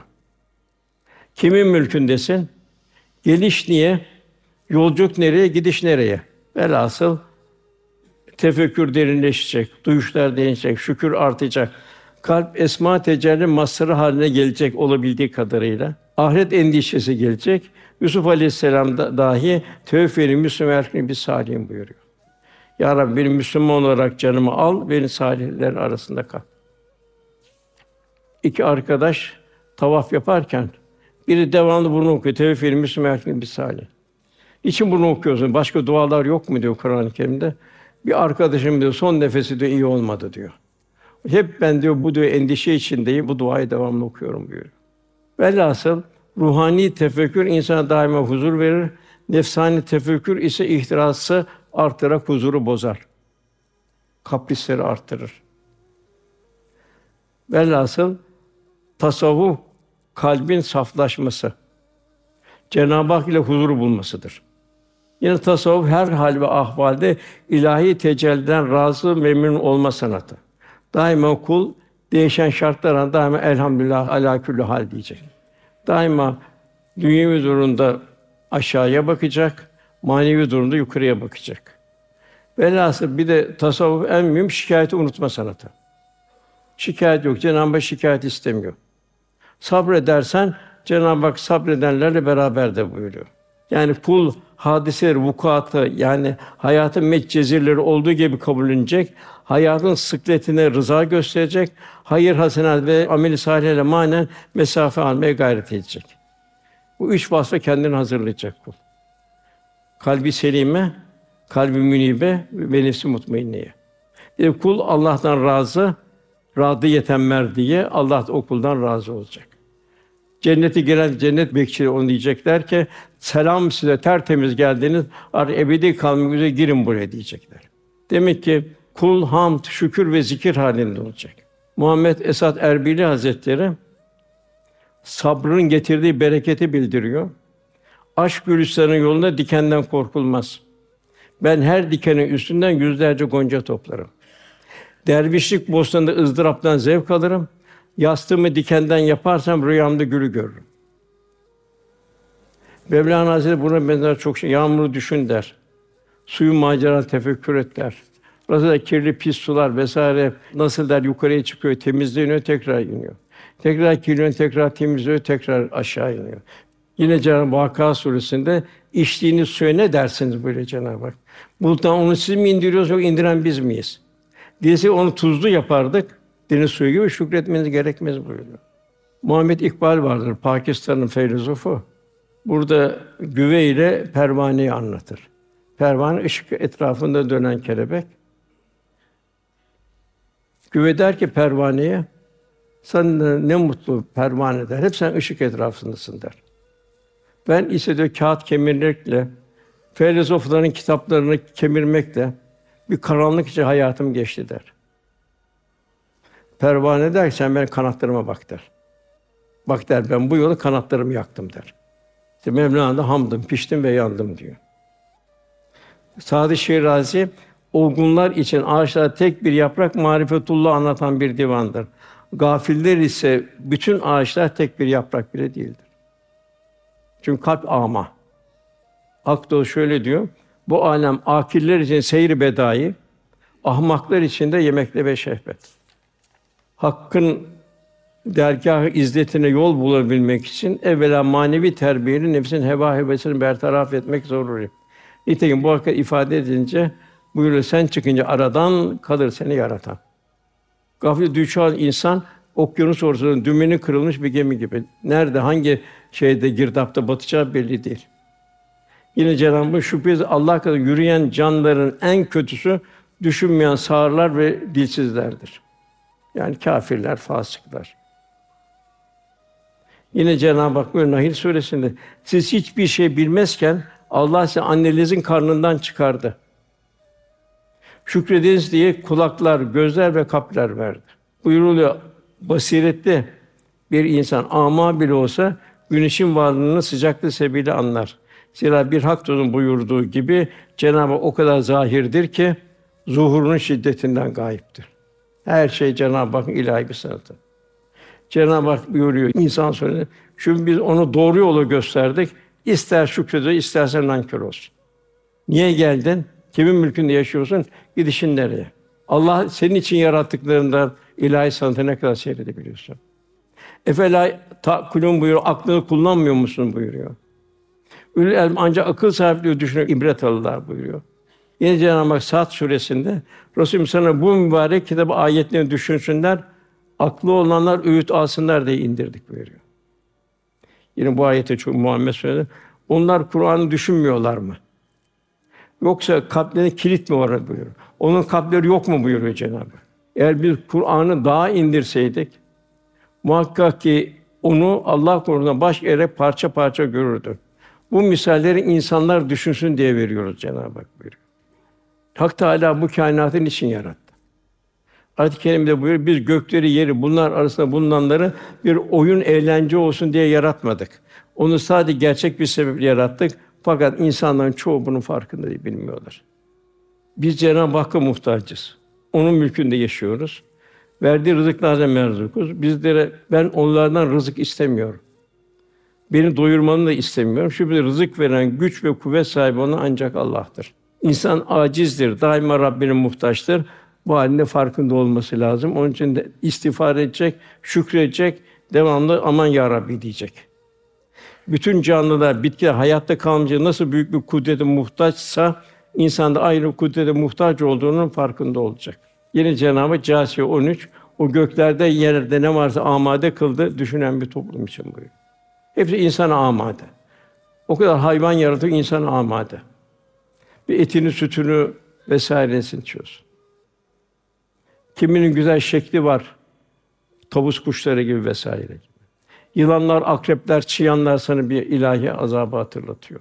Kimin mülkündesin? Geliş niye? Yolculuk nereye? Gidiş nereye? Velhasıl tefekkür derinleşecek, duyuşlar derinleşecek, şükür artacak. Kalp esma tecelli mazharı haline gelecek olabildiği kadarıyla. Ahiret endişesi gelecek. Yusuf Aleyhisselam da dahi tevfî-i Müslüman bir salihin buyuruyor. Ya Rabbi, beni Müslüman olarak canımı al, beni salihlerin arasında kal. İki arkadaş tavaf yaparken biri devamlı bunu okuyor. Tevfî-i Müslüman bir salih. İçin bunu okuyorsun. Başka dualar yok mu diyor Kur'an-ı Kerim'de. Bir arkadaşım diyor son nefesi diyor iyi olmadı diyor. Hep ben diyor bu diyor endişe içindeyim. Bu duayı devamlı okuyorum buyuruyor. Velhasıl ruhani tefekkür insana daima huzur verir. Nefsani tefekkür ise ihtirası artırarak huzuru bozar. Kaprisleri artırır. Velhasıl tasavvuf kalbin saflaşması, Cenab-ı Hak ile huzuru bulmasıdır. Yine tasavvuf her hal ve ahvalde ilahi tecelliden razı, memnun olma sanatı. Daima kul değişen şartlara daima elhamdülillah alâ küllü hal diyecek. Daima dünyevi durumda aşağıya bakacak, manevi durumda yukarıya bakacak. Velhasıl bir de tasavvuf en mühim şikâyeti unutma sanatı. Şikâyet yok. Cenab-ı Hak şikâyet istemiyor. Sabredersen Cenab-ı Hak sabredenlerle beraber de buyuruyor. Yani kul hadiseleri, vukuatı yani hayatın metcezirleri olduğu gibi kabullenecek, hayatın sıkletine rıza gösterecek, hayır hasenat ve amel-i salih'le manen mesafe almaya gayret edecek. Bu üç vasfa kendini hazırlayacak kul. Kalbi selime, kalbi münibe ve nefsi mutmainneye. Yani kul Allah'tan razı, radiyeten merdiye, Allah da o kuldan razı olacak. Cennete giren cennet bekçileri onu diyecekler ki selam size tertemiz geldiniz. Artık ebedi kalmak üzere girin buraya diyecekler. Demek ki kul hamd, şükür ve zikir halinde olacak. Muhammed Esad Erbili Hazretleri sabrın getirdiği bereketi bildiriyor. Aşk gülistanının yolunda dikenden korkulmaz. Ben her dikenin üstünden yüzlerce gonca toplarım. Dervişlik bostanında ızdıraptan zevk alırım. Yastığımı dikenden yaparsam rüyamda gülü görürüm. Mevlana Hazretleri buna benzer çok şey. Yağmuru düşün der. Suyu macera tefekkür et der. Burası da kirli pis sular vesaire nasıl der yukarıya çıkıyor, temizleniyor, tekrar iniyor. Tekrar kirleniyor, tekrar temizliyor, tekrar aşağı iniyor. Yine Cenab-ı Vakıa Suresi'nde içtiğiniz suya ne dersiniz böyle Cenab-ı Hak? Buluttan onu siz mi indiriyorsunuz yoksa indiren biz miyiz? Dilse onu tuzlu yapardık. Deniz suyu gibi şükretmeniz gerekmez buyuruyor. Muhammed İkbal vardır, Pakistan'ın filozofu. Burada güve ile pervaneyi anlatır. Pervane ışık etrafında dönen kelebek. Güve der ki pervaneye, sen ne mutlu pervane der. Hep sen ışık etrafındasın der. Ben ise diyor kağıt kemirmekle, filozofların kitaplarını kemirmekle bir karanlık içinde hayatım geçti der. Pervane der ki sen benim kanatlarıma bak der. Bak der ben bu yolu kanatlarımı yaktım der. İşte Mevlana'da hamdım, piştim ve yandım diyor. Sâd-ı Şirazi olgunlar için ağaçlar tek bir yaprak marifetullah anlatan bir divandır. Gafiller ise bütün ağaçlar tek bir yaprak bile değildir. Çünkü kalp âmâ. Hak Dostu şöyle diyor: bu alem âkiller için seyr-i bedâi, ahmaklar için de yemekle ve şehvet. Hakkın dergâh-ı izzetine yol bulabilmek için evvela manevi terbiyenin nefsin heva hevesini bertaraf etmek zaruri. Nitekim bu hakikat ifade edilince buyuruyor sen çıkınca aradan kalır seni yaratan. Gaflet düşen insan okyanus ortasında dümeni kırılmış bir gemi gibi. Nerede hangi şeyde girdapta batacağı belli değil. Yine Cenab-ı Hak şüphesiz Allah kadar yürüyen canlıların en kötüsü düşünmeyen sağırlar ve dilsizlerdir. Yani kâfirler, fasıklar. Yine Cenab-ı Hak buyuruyor Nahl Sûresinde siz hiçbir şey bilmezken Allah sizi annenizin karnından çıkardı. Şükrediniz diye kulaklar, gözler ve kalpler verdi. Buyuruluyor basiretli bir insan âmâ bile olsa güneşin varlığını sıcaklığı sebebiyle anlar. Zira bir Hak Dost'un buyurduğu gibi Cenab-ı Hak o kadar zahirdir ki zuhurunun şiddetinden gâiptir. Her şey Cenab-ı Hakk'ın ilahi bir sanatı. Cenab-ı Hak buyuruyor insan söyledi. Çünkü biz onu doğru yolu gösterdik. İster şükrede, istersen nankör olsun. Niye geldin? Kimin mülkünde yaşıyorsun? Gidişin nereye? Allah senin için yarattıklarından ilahi sanatı ne kadar seyredebiliyorsun? Efela ta'kulûn buyuruyor. Aklını kullanmıyor musun buyuruyor. Ülül elm ancak akıl sahipliği düşünüp ibret alırlar buyuruyor. Yine Cenab-ı Hak Sâd Sûresinde Resulüm sana bu mübarek kitabı ayetlerini düşünsünler, aklı olanlar öğüt alsınlar diye indirdik buyuruyor. Yine bu ayette çok Muhammed söyledi. Onlar Kur'an'ı düşünmüyorlar mı? Yoksa kalplerine kilit mi var buyuruyor. Onun kalpleri yok mu buyuruyor Cenab-ı Hak. Eğer biz Kur'an'ı daha indirseydik muhakkak ki onu Allah korusun baş eğerek parça parça görürdü. Bu misalleri insanlar düşünsün diye veriyoruz Cenab-ı Hak buyuruyor. Hak Teâlâ bu kainatın için yarattı. Ayet-i kerimede buyuruyor, biz gökleri, yeri, bunlar arasında bulunanları bir oyun, eğlence olsun diye yaratmadık. Onu sadece gerçek bir sebeple yarattık. Fakat insanların çoğu bunun farkında değil, bilmiyorlar. Biz Cenab-ı Hakk'a muhtacız. Onun mülkünde yaşıyoruz. Verdiği rızıklardan merzukuz. Bizlere ben onlardan rızık istemiyorum. Beni doyurmanı da istemiyorum. Şüphesiz rızık veren, güç ve kuvvet sahibi olan ancak Allah'tır. İnsan acizdir, daima Rabbine muhtaçtır. Bu halinde farkında olması lazım. Onun için de istiğfar edecek, şükredecek, devamlı aman ya Rabbi diyecek. Bütün canlılar, bitkiler hayatta kalmayınca nasıl büyük bir kudrete muhtaçsa insan da ayrı kudrete muhtaç olduğunun farkında olacak. Yine Cenab-ı Hak Câsiye on üç o göklerde yerde ne varsa amade kıldı düşünen bir toplum için buyuruyor. Hepsi insana amade. O kadar hayvan yaratıyor insana amade. Bir etini, sütünü vesairesini içiyorsun. Kiminin güzel şekli var. Tavus kuşları gibi vesaire gibi. Yılanlar, akrepler, çıyanlar sana bir ilahi azabı hatırlatıyor.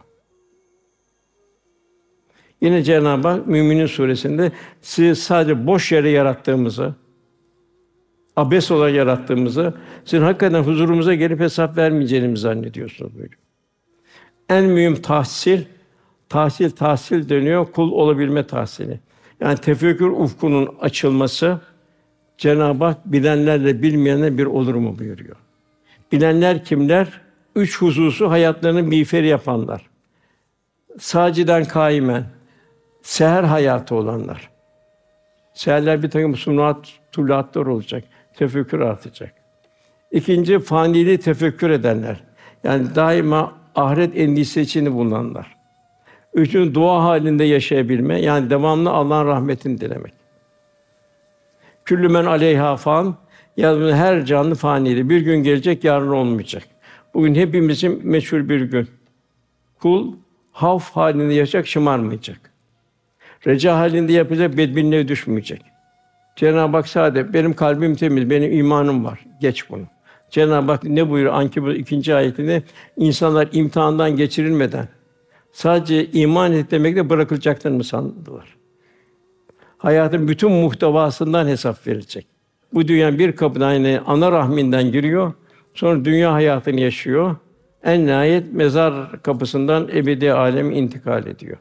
Yine Cenab-ı Hak Müminin suresinde sizi sadece boş yere yarattığımızı, abes olarak yarattığımızı, sizin hakikaten huzurumuza gelip hesap vermeyeceğinizi zannediyorsunuz buyuruyor. En mühim tahsil, tahsil tahsil deniyor, kul olabilme tahsili. Yani tefekkür ufkunun açılması, Cenab-ı Hak bilenlerle bilmeyenler bir olur mu buyuruyor. Bilenler kimler? Üç hususu hayatlarını miğferi yapanlar. Sâciden kâimen, seher hayatı olanlar. Seherler bir takım sunat, tulâtlar olacak, tefekkür artacak. İkinci, faniliği tefekkür edenler. Yani daima ahiret endişesi içinde bulunanlar. Üçüncü, dua halinde yaşayabilme, yani devamlı Allah'ın rahmetini dilemek. Küllü men aleyhâ fan, yani her canlı fanidir. Bir gün gelecek, yarın olmayacak. Bugün hepimizin meçhul bir gün. Kul havf halinde yaşayacak, şımarmayacak. Reca halinde yapacak, bedbinliğe düşmeyecek. Cenab-ı Hak sadece benim kalbim temiz, benim imanım var. Geç bunu. Cenab-ı Hak ne buyuruyor Ankebut ikinci ayetinde? İnsanlar imtihandan geçirilmeden sadece iman et demekle bırakılacaklarını mı sandılar? Hayatın bütün muhtevasından hesap verilecek. Bu dünya bir kapıdan, yani ana rahminden giriyor, sonra dünya hayatını yaşıyor. En nihayet mezar kapısından ebedi aleme intikal ediyor.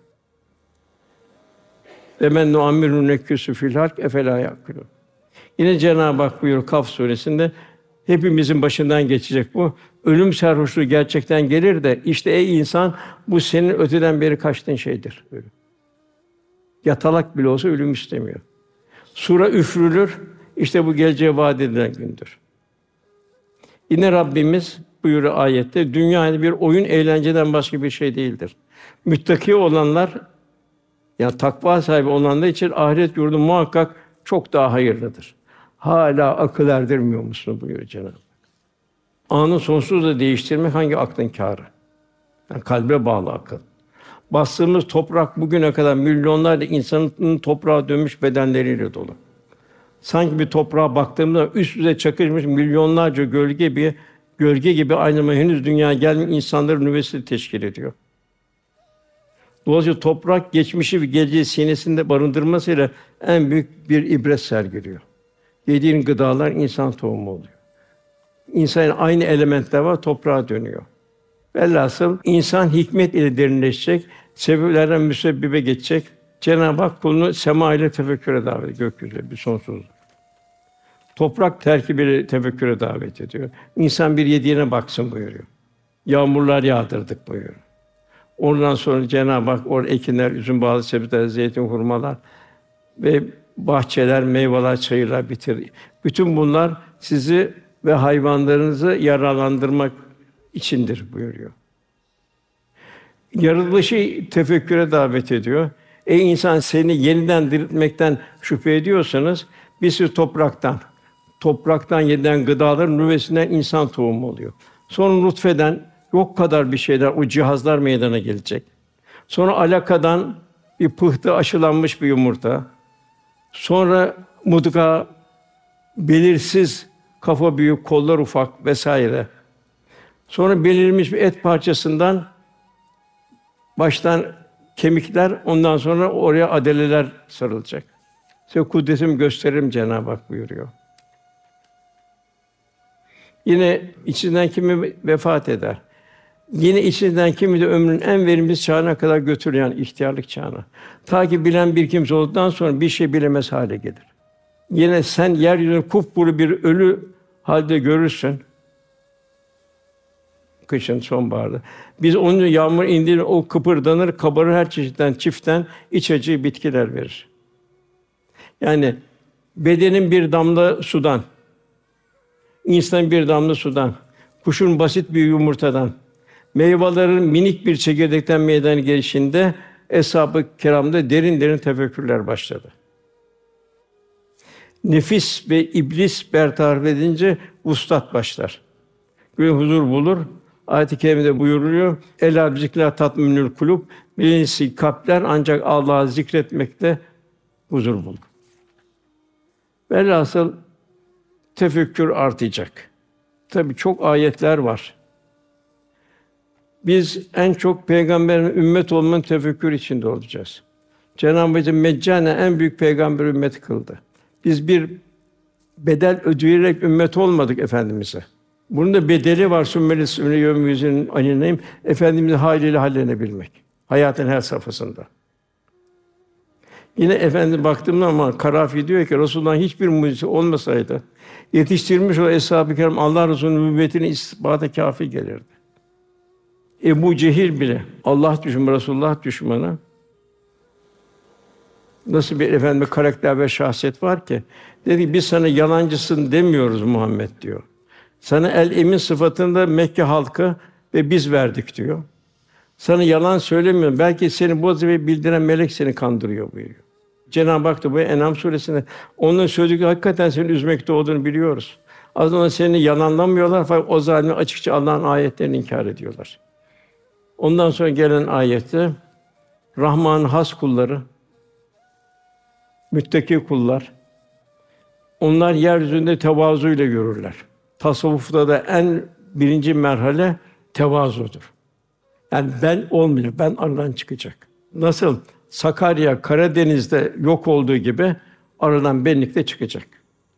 Ve men nuammirhu nekkûsü fil halk efelâ ya'kulûn. Yine Cenab-ı Hak buyuruyor Kaf suresinde, hepimizin başından geçecek bu. Ölüm sarhoşluğu gerçekten gelir de işte ey insan bu senin öteden beri kaçtığın şeydir. Böyle. Yatalak bile olsa ölüm istemiyor. Sura üfrülür. İşte bu geleceğe vaat edilen gündür. Yine Rabbimiz buyuruyor ayette, dünya yani bir oyun eğlenceden başka bir şey değildir. Müttaki olanlar, yani takva sahibi olanlar için ahiret yurdu muhakkak çok daha hayırlıdır. Hâlâ akıl erdirmiyor musun buyuruyor Cenab-ı Hak. Anı sonsuzla değiştirmek hangi aklın kârı? Yani kalbe bağlı akıl. Bastığımız toprak bugüne kadar milyonlarca insanın toprağa dönmüş bedenleriyle dolu. Sanki bir toprağa baktığımda üst üste çakışmış milyonlarca gölge gibi gölge gibi aynı zamanda henüz dünyaya gelmeyen insanların nüvesini teşkil ediyor. Dolayısıyla toprak geçmişi ve geleceği sinesinde barındırmasıyla en büyük bir ibret sergiliyor. Yediğin gıdalar insan tohumu oluyor. İnsanın aynı elementler var, toprağa dönüyor. Velhasıl insan hikmet ile derinleşecek, sebeplerden müsebbibe geçecek. Cenab-ı Hak kulunu sema ile tefekküre davet ediyor, gökyüzü bir sonsuzluk. Toprak terkibiyle tefekküre davet ediyor. İnsan bir yediğine baksın buyuruyor. Yağmurlar yağdırdık buyuruyor. Ondan sonra Cenab-ı Hak or ekinler, üzüm, bağlı sebzeler, zeytin, hurmalar ve bahçeler, meyveler, çayırlar bitir. Bütün bunlar sizi ve hayvanlarınızı yararlandırmak içindir buyuruyor. Yaratılışı tefekküre davet ediyor. Ey insan, seni yeniden diriltmekten şüphe ediyorsanız, biz siz topraktan, topraktan yedilen gıdaların nüvesinden insan tohumu oluyor. Sonra nutfeden yok kadar bir şeyler, o cihazlar meydana gelecek. Sonra alakadan bir pıhtı aşılanmış bir yumurta. Sonra mudga, belirsiz, kafa büyük, kollar ufak vesaire. Sonra belirmiş bir et parçasından baştan kemikler, ondan sonra oraya adeleler sarılacak. Size kudretimi gösteririm Cenab-ı Hak buyuruyor. Yine içinden kimi vefat eder. Yine içinden kimi de ömrün en verimli çağına kadar götürür, yani ihtiyarlık çağına. Ta ki bilen bir kimse olduktan sonra bir şey bilemez hale gelir. Yine sen yeryüzünü kupkuru bir ölü halde görürsün. Kışın, sonbaharda. Biz onun yağmur indiğinde o kıpırdanır, kabarır, her çeşitten, çiftten iç acı bitkiler verir. Yani bedenin bir damla sudan, insanın bir damla sudan, kuşun basit bir yumurtadan, meyvelerin minik bir çekirdekten meydana gelişinde eshab-ı kiramda derin derin tefekkürler başladı. Nefis ve iblis bertaraf edince vuslat başlar. Bir huzur bulur. Ayet-i kerimede buyuruluyor. Elâ bizikrillâh tatmainnül kulûb. Birincisi kalpler ancak Allah'ı zikretmekte huzur bulur. Velhasıl tefekkür artacak. Tabii çok ayetler var. Biz en çok peygamberin ümmet olmanın tefekkür içinde olacağız. Cenab-ı Hak meccâne en büyük peygamber ümmeti kıldı. Biz bir bedel ödeyerek ümmet olmadık efendimize. Bunun da bedeli var. Sümmeli sümmeli yevmü yüzünün anineyim. Efendimiz'i hâliyle hallenebilmek. Hayatın her safhasında. Yine efendim baktığımda ama Karafi diyor ki Resulullah'ın hiçbir mucizesi olmasaydı yetiştirmiş o eshab-ı kiram Allah Resulü'nün nübüvvetini ispata kâfi gelirdi. Ebu Cehil bile Allah düşmanı, Resulullah düşmanı. Nasıl bir efendim karakter ve şahsiyet var ki dedi biz sana yalancısın demiyoruz Muhammed diyor. Sana el emin sıfatında Mekke halkı ve biz verdik diyor. Sana yalan söylemiyorum. Belki seni bu vazifeyi bildiren melek seni kandırıyor buyuruyor. Cenab-ı Hak da bu En'am suresinde onun söyledikleri hakikaten seni üzmekte olduğunu biliyoruz. Aslında seni yalanlamıyorlar fakat o zalimler açıkça Allah'ın ayetlerini inkar ediyorlar. Ondan sonra gelen ayette Rahman'ın has kulları, müttaki kullar, onlar yeryüzünde tevazuyla yürürler. tasavvufta da en birinci merhale tevazudur. Yani ben olmayacak, ben aradan çıkacak. Nasıl Sakarya, Karadeniz'de yok olduğu gibi aradan benlik de çıkacak.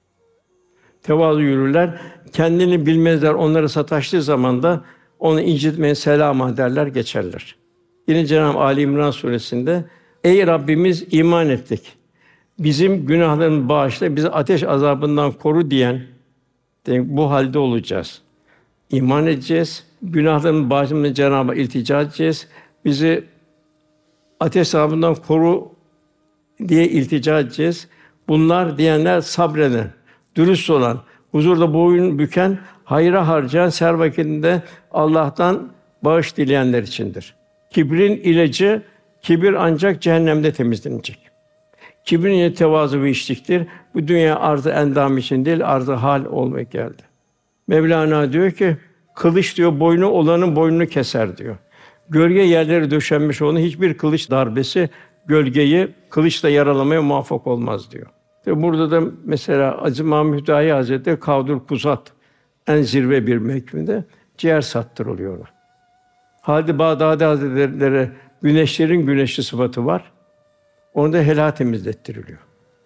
Tevazu yürürler, kendini bilmezler, onlara sataştığı zaman da onu incitmeye selama derler, geçerler. Yine Cenab-ı Ali İmran suresinde ey Rabbimiz iman ettik. Bizim günahlarımızı bağışla, bizi ateş azabından koru diyen bu halde olacağız. İman edeceğiz. Günahlarımızı bağışlamasını Cenab-ı Hak iltica edeceğiz. Bizi ateş azabından koru diye iltica edeceğiz. Bunlar diyenler sabreden, dürüst olan, huzurda boyun büken, hayra harcayan, servetinde Allah'tan bağış dileyenler içindir. Kibrin ilacı, kibir ancak cehennemde temizlenecek. Kibrin ile tevazu ve içliktir. Bu dünya arz-ı endam için değil, arz-ı hal olmaya geldi. Mevlana diyor ki, kılıç diyor boynu olanın boynunu keser diyor. Gölge yerlere döşenmiş olan hiçbir kılıç darbesi gölgeyi kılıçla yaralamaya muvaffak olmaz diyor. Ve burada da mesela Aziz Mahmud Hüdayi Hazretleri Kavdül Kuzat en zirve bir mevkinde ciğer sattırılıyor ona. Halid-i Bağdadi Hazretleri'ne güneşlerin güneşli sıfatı var. Onu da helal temizlettiriliyor.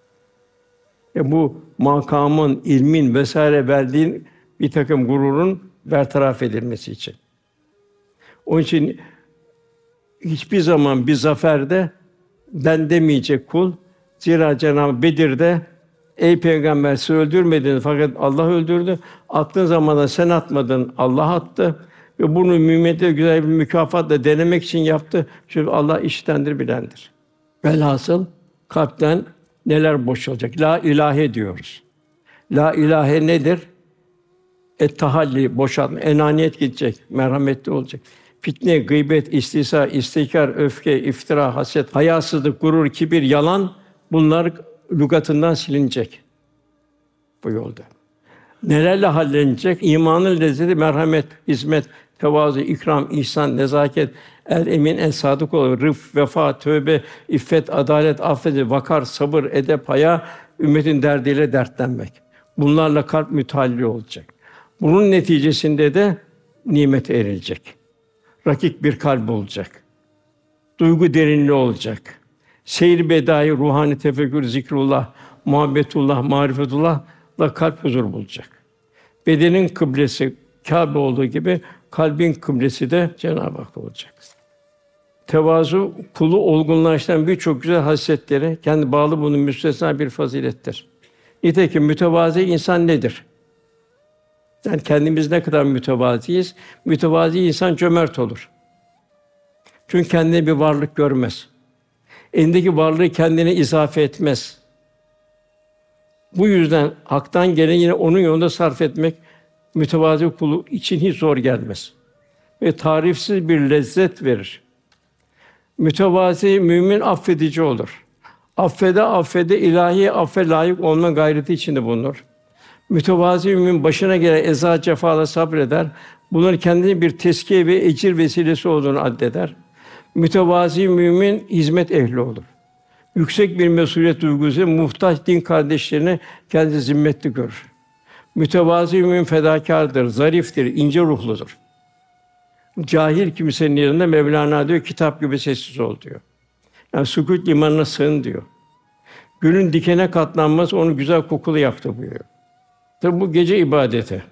E bu makamın, ilmin vesaire verdiğin bir takım gururun bertaraf edilmesi için. Onun için hiçbir zaman bir zaferde ben demeyecek kul. Zira Cenab-ı Bedir'de ey peygamber sizi öldürmedin fakat Allah öldürdü. Attığın zaman da sen atmadın, Allah attı ve bunu müminlere güzel bir mükafatla denemek için yaptı. Çünkü Allah işitendir, bilendir. Velhasıl kalpten neler boşalacak? La ilahe diyoruz. La ilahe nedir? Et-tahalli, boşaltma, enaniyet gidecek, merhametli olacak. Fitne, gıybet, istihza, istikrar, öfke, iftira, haset, hayasızlık, gurur, kibir, yalan bunlar lügatından silinecek bu yolda. Nelerle hallenecek? İmanın lezzeti, merhamet, hizmet, tevazu, ikram, ihsan, nezaket, el emin, el sadık olur, rıf, vefa, tövbe, iffet, adalet, affet, vakar, sabır, edep, haya, ümmetin derdiyle dertlenmek. Bunlarla kalp mütehalli olacak. Bunun neticesinde de nimete erilecek. Rakik bir kalp olacak. Duygu derinliği olacak. Seyr bedai, ruhani tefekkür, zikrullah, muhabbetullah, marifetullah kalp huzur bulacak. Bedenin kıblesi Kâbe olduğu gibi kalbin kıblesi de Cenab-ı Hak olacak. Tevazu kulu olgunlaştıran birçok güzel hasletleri kendi bağlı bunun müstesna bir fazilettir. Nitekim mütevazi insan nedir? Yani kendimiz ne kadar mütevaziyiz? Mütevazi insan cömert olur. Çünkü kendine bir varlık görmez. Elindeki varlığı kendine izafe etmez. Bu yüzden haktan gelen yine onun yolunda sarf etmek mütevazi kulu için hiç zor gelmez. Ve tarifsiz bir lezzet verir. Mütevazi mümin affedici olur. Affede affede ilahi affe layık olma gayreti içinde bulunur. Mütevazi mümin başına gelen eza cefala sabreder. Bunların kendine bir teskiye ve ecir vesilesi olduğunu addeder. Mütevazi mümin hizmet ehli olur. Yüksek bir mesuliyet duygusu, muhtaç din kardeşlerine kendi zimmetli görür. Mütevazi mümin fedakârdır, zariftir, ince ruhludur. Cahil kimsenin yerinde Mevlana diyor, kitap gibi sessiz ol diyor. Yani sükût limanına sığın diyor. Gülün dikene katlanmaz, onu güzel kokulu yaptı buyuruyor. Tabi bu gece ibadeti.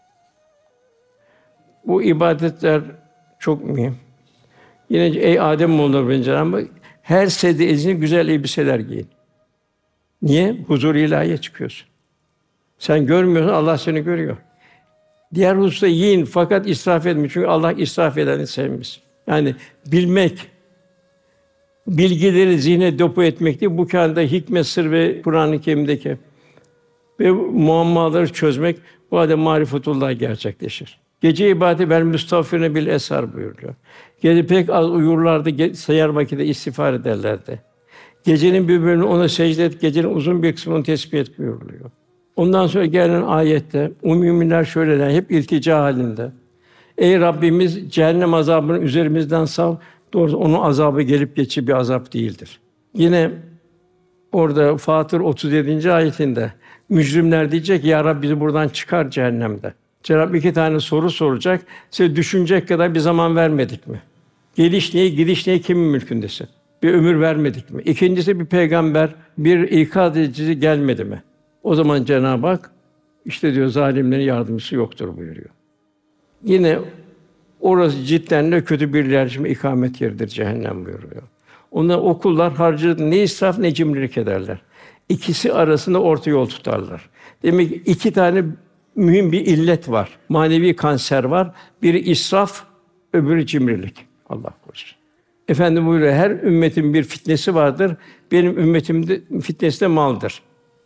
Bu ibadetler çok mühim. Yine ey Adem oğulları ben Cenab-ı Hak, her secde ezine güzel elbiseler giyin. Niye? Huzur-u ilahiye çıkıyorsun. Sen görmüyorsun, Allah seni görüyor. Diğer hususta yiyin fakat israf etme. Çünkü Allah israf edeni sevmez. Yani bilmek, bilgileri zihne depo etmek değil, bu kârda hikmet, sır ve Kur'an-ı Kerim'deki ve muammaları çözmek, bu halde marifetullah gerçekleşir. Gece ibadeti vel müstağfirine bil eshar buyuruyor. Gece pek az uyurlardı, sayar vakitte istiğfar ederlerdi. Gecenin bir bölümünü ona secde et, gecenin uzun bir kısmını tesbih et buyuruluyor. Ondan sonra gelen ayette o müminler şöyle der, hep iltica halinde. Ey Rabbimiz, cehennem azabını üzerimizden sav. Doğrusu onun azabı gelip geçici bir azap değildir. Yine Orada Fatır otuz yedinci ayetinde mücrimler diyecek ya Rabbi bizi buradan çıkar cehennemde. Cenab-ı iki tane soru soracak. Size düşünecek kadar bir zaman vermedik mi? Geliş niye, gidiş niye, kimin mülkündesin? Bir ömür vermedik mi? İkincisi bir peygamber, bir ikaz edici gelmedi mi? O zaman Cenab-ı Hak işte diyor zalimlerin yardımcısı yoktur buyuruyor. Yine orası cidden de kötü bir yerleşme ikamet yeridir cehennem buyuruyor. Onlar okullar harcı ne israf ne cimrilik ederler. İkisi arasında orta yol tutarlar. Demek ki iki tane mühim bir illet var. Manevi kanser var. Biri israf, öbürü cimrilik. Allah korusun. Efendim buyuruyor, her ümmetin bir fitnesi vardır. Benim ümmetimde fitnesi de maldır.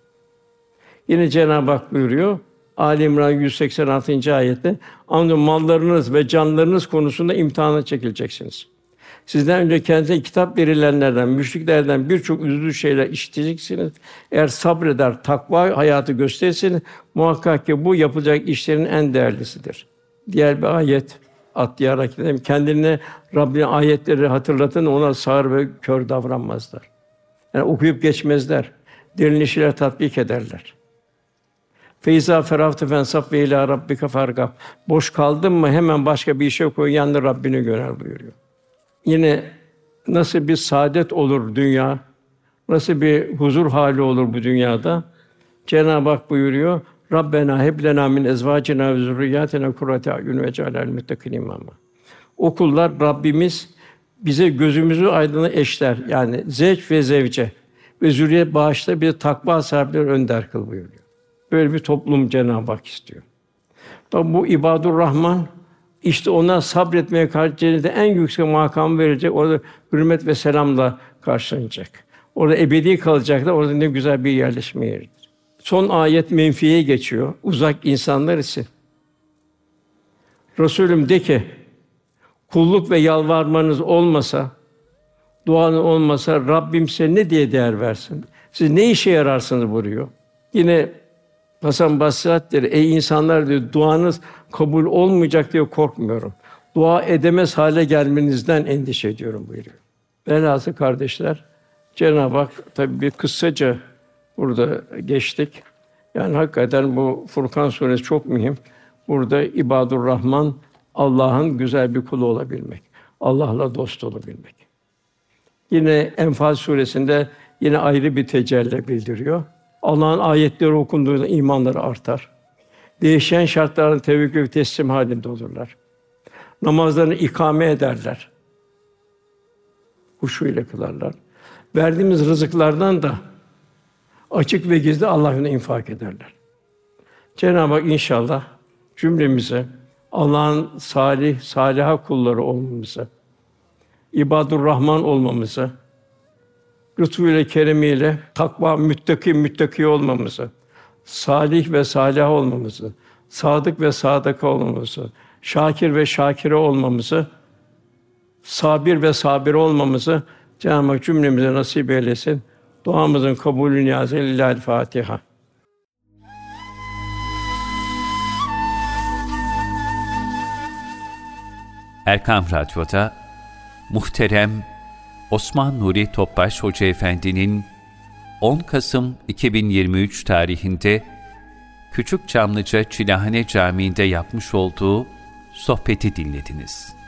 Yine Cenab-ı Hak buyuruyor, Ali İmran yüz seksen altıncı ayette, "Andolsun mallarınız ve canlarınız konusunda imtihana çekileceksiniz. Sizden önce kendinize kitap verilenlerden, müşriklerden birçok üzücü şeyler işiteceksiniz. Eğer sabreder, takva hayatı gösterirseniz muhakkak ki bu yapılacak işlerin en değerlisidir." Diğer bir ayet atlayarak dedim, kendine Rabbinin ayetleri hatırlatın, ona sağır ve kör davranmazlar. Yani okuyup geçmezler, derinleşirler, tatbik ederler. Feyza ferahte fensaf ve ila rabbike fargab. Boş kaldın mı hemen başka bir işe koy, yanında Rabbine yönel buyuruyor. Yine nasıl bir saadet olur dünya, nasıl bir huzur hali olur bu dünyada? Cenab-ı Hak buyuruyor, Rabbena heb lena min ezvacina ve zurriyyatina kurrate a'yun vec'alnel muttakin imama. O kullar Rabbimiz bize gözümüzü aydınlı eşler, yani zevç ve zevce ve zürriyet bağışla, bir takva sahipleri önder kıl buyuruyor. Böyle bir toplum Cenab-ı Hak istiyor. Tabi bu İbadur Rahman işte ona sabretmeye karşı cennete en yüksek makam verilecek. Orada hürmet ve selamla karşılanacak. Orada ebedi kalacaklar. Orada ne güzel bir yerleşme yeridir. Son ayet menfiye geçiyor. Uzak insanlar için. Resulüm de ki, kulluk ve yalvarmanız olmasa, duanız olmasa Rabbim size ne diye değer versin? Siz ne işe yararsınız buyuruyor. Yine Hasan Basri Hazretleri, ey insanlar diyor, duanız kabul olmayacak diye korkmuyorum. Dua edemez hale gelmenizden endişe ediyorum buyuruyor. Velhâsıl kardeşler, Cenab-ı Hak tabii bir kıssaca burada geçtik. Yani hakikaten bu Furkan suresi çok mühim. Burada İbadur Rahman, Allah'ın güzel bir kulu olabilmek, Allah'la dost olabilmek. Yine Enfal suresinde yine ayrı bir tecelli bildiriyor. Allah'ın ayetleri okunduğunda imanları artar. Değişen şartlarda tevekkül ve teslim halinde olurlar. Namazlarını ikame ederler. Huşu ile kılarlar. Verdiğimiz rızıklardan da açık ve gizli Allah yolunda infak ederler. Cenab-ı Hak inşallah cümlemize Allah'ın salih, saliha kulları olmamızı, İbadur Rahman olmamızı, lütfuyla, keremiyle takva, müttaki, müttaki olmamızı, salih ve salih olmamızı, sadık ve sadıka olmamızı, şakir ve şakire olmamızı, sabir ve sabire olmamızı Cenab-ı Hak cümlemize nasip eylesin. Duamızın kabulü niyazı lillahi'l Fatiha. Erkam Radyo'da muhterem Osman Nuri Topbaş Hoca Efendi'nin on Kasım iki bin yirmi üç tarihinde Küçükçamlıca Çilahane Camii'nde yapmış olduğu sohbeti dinlediniz.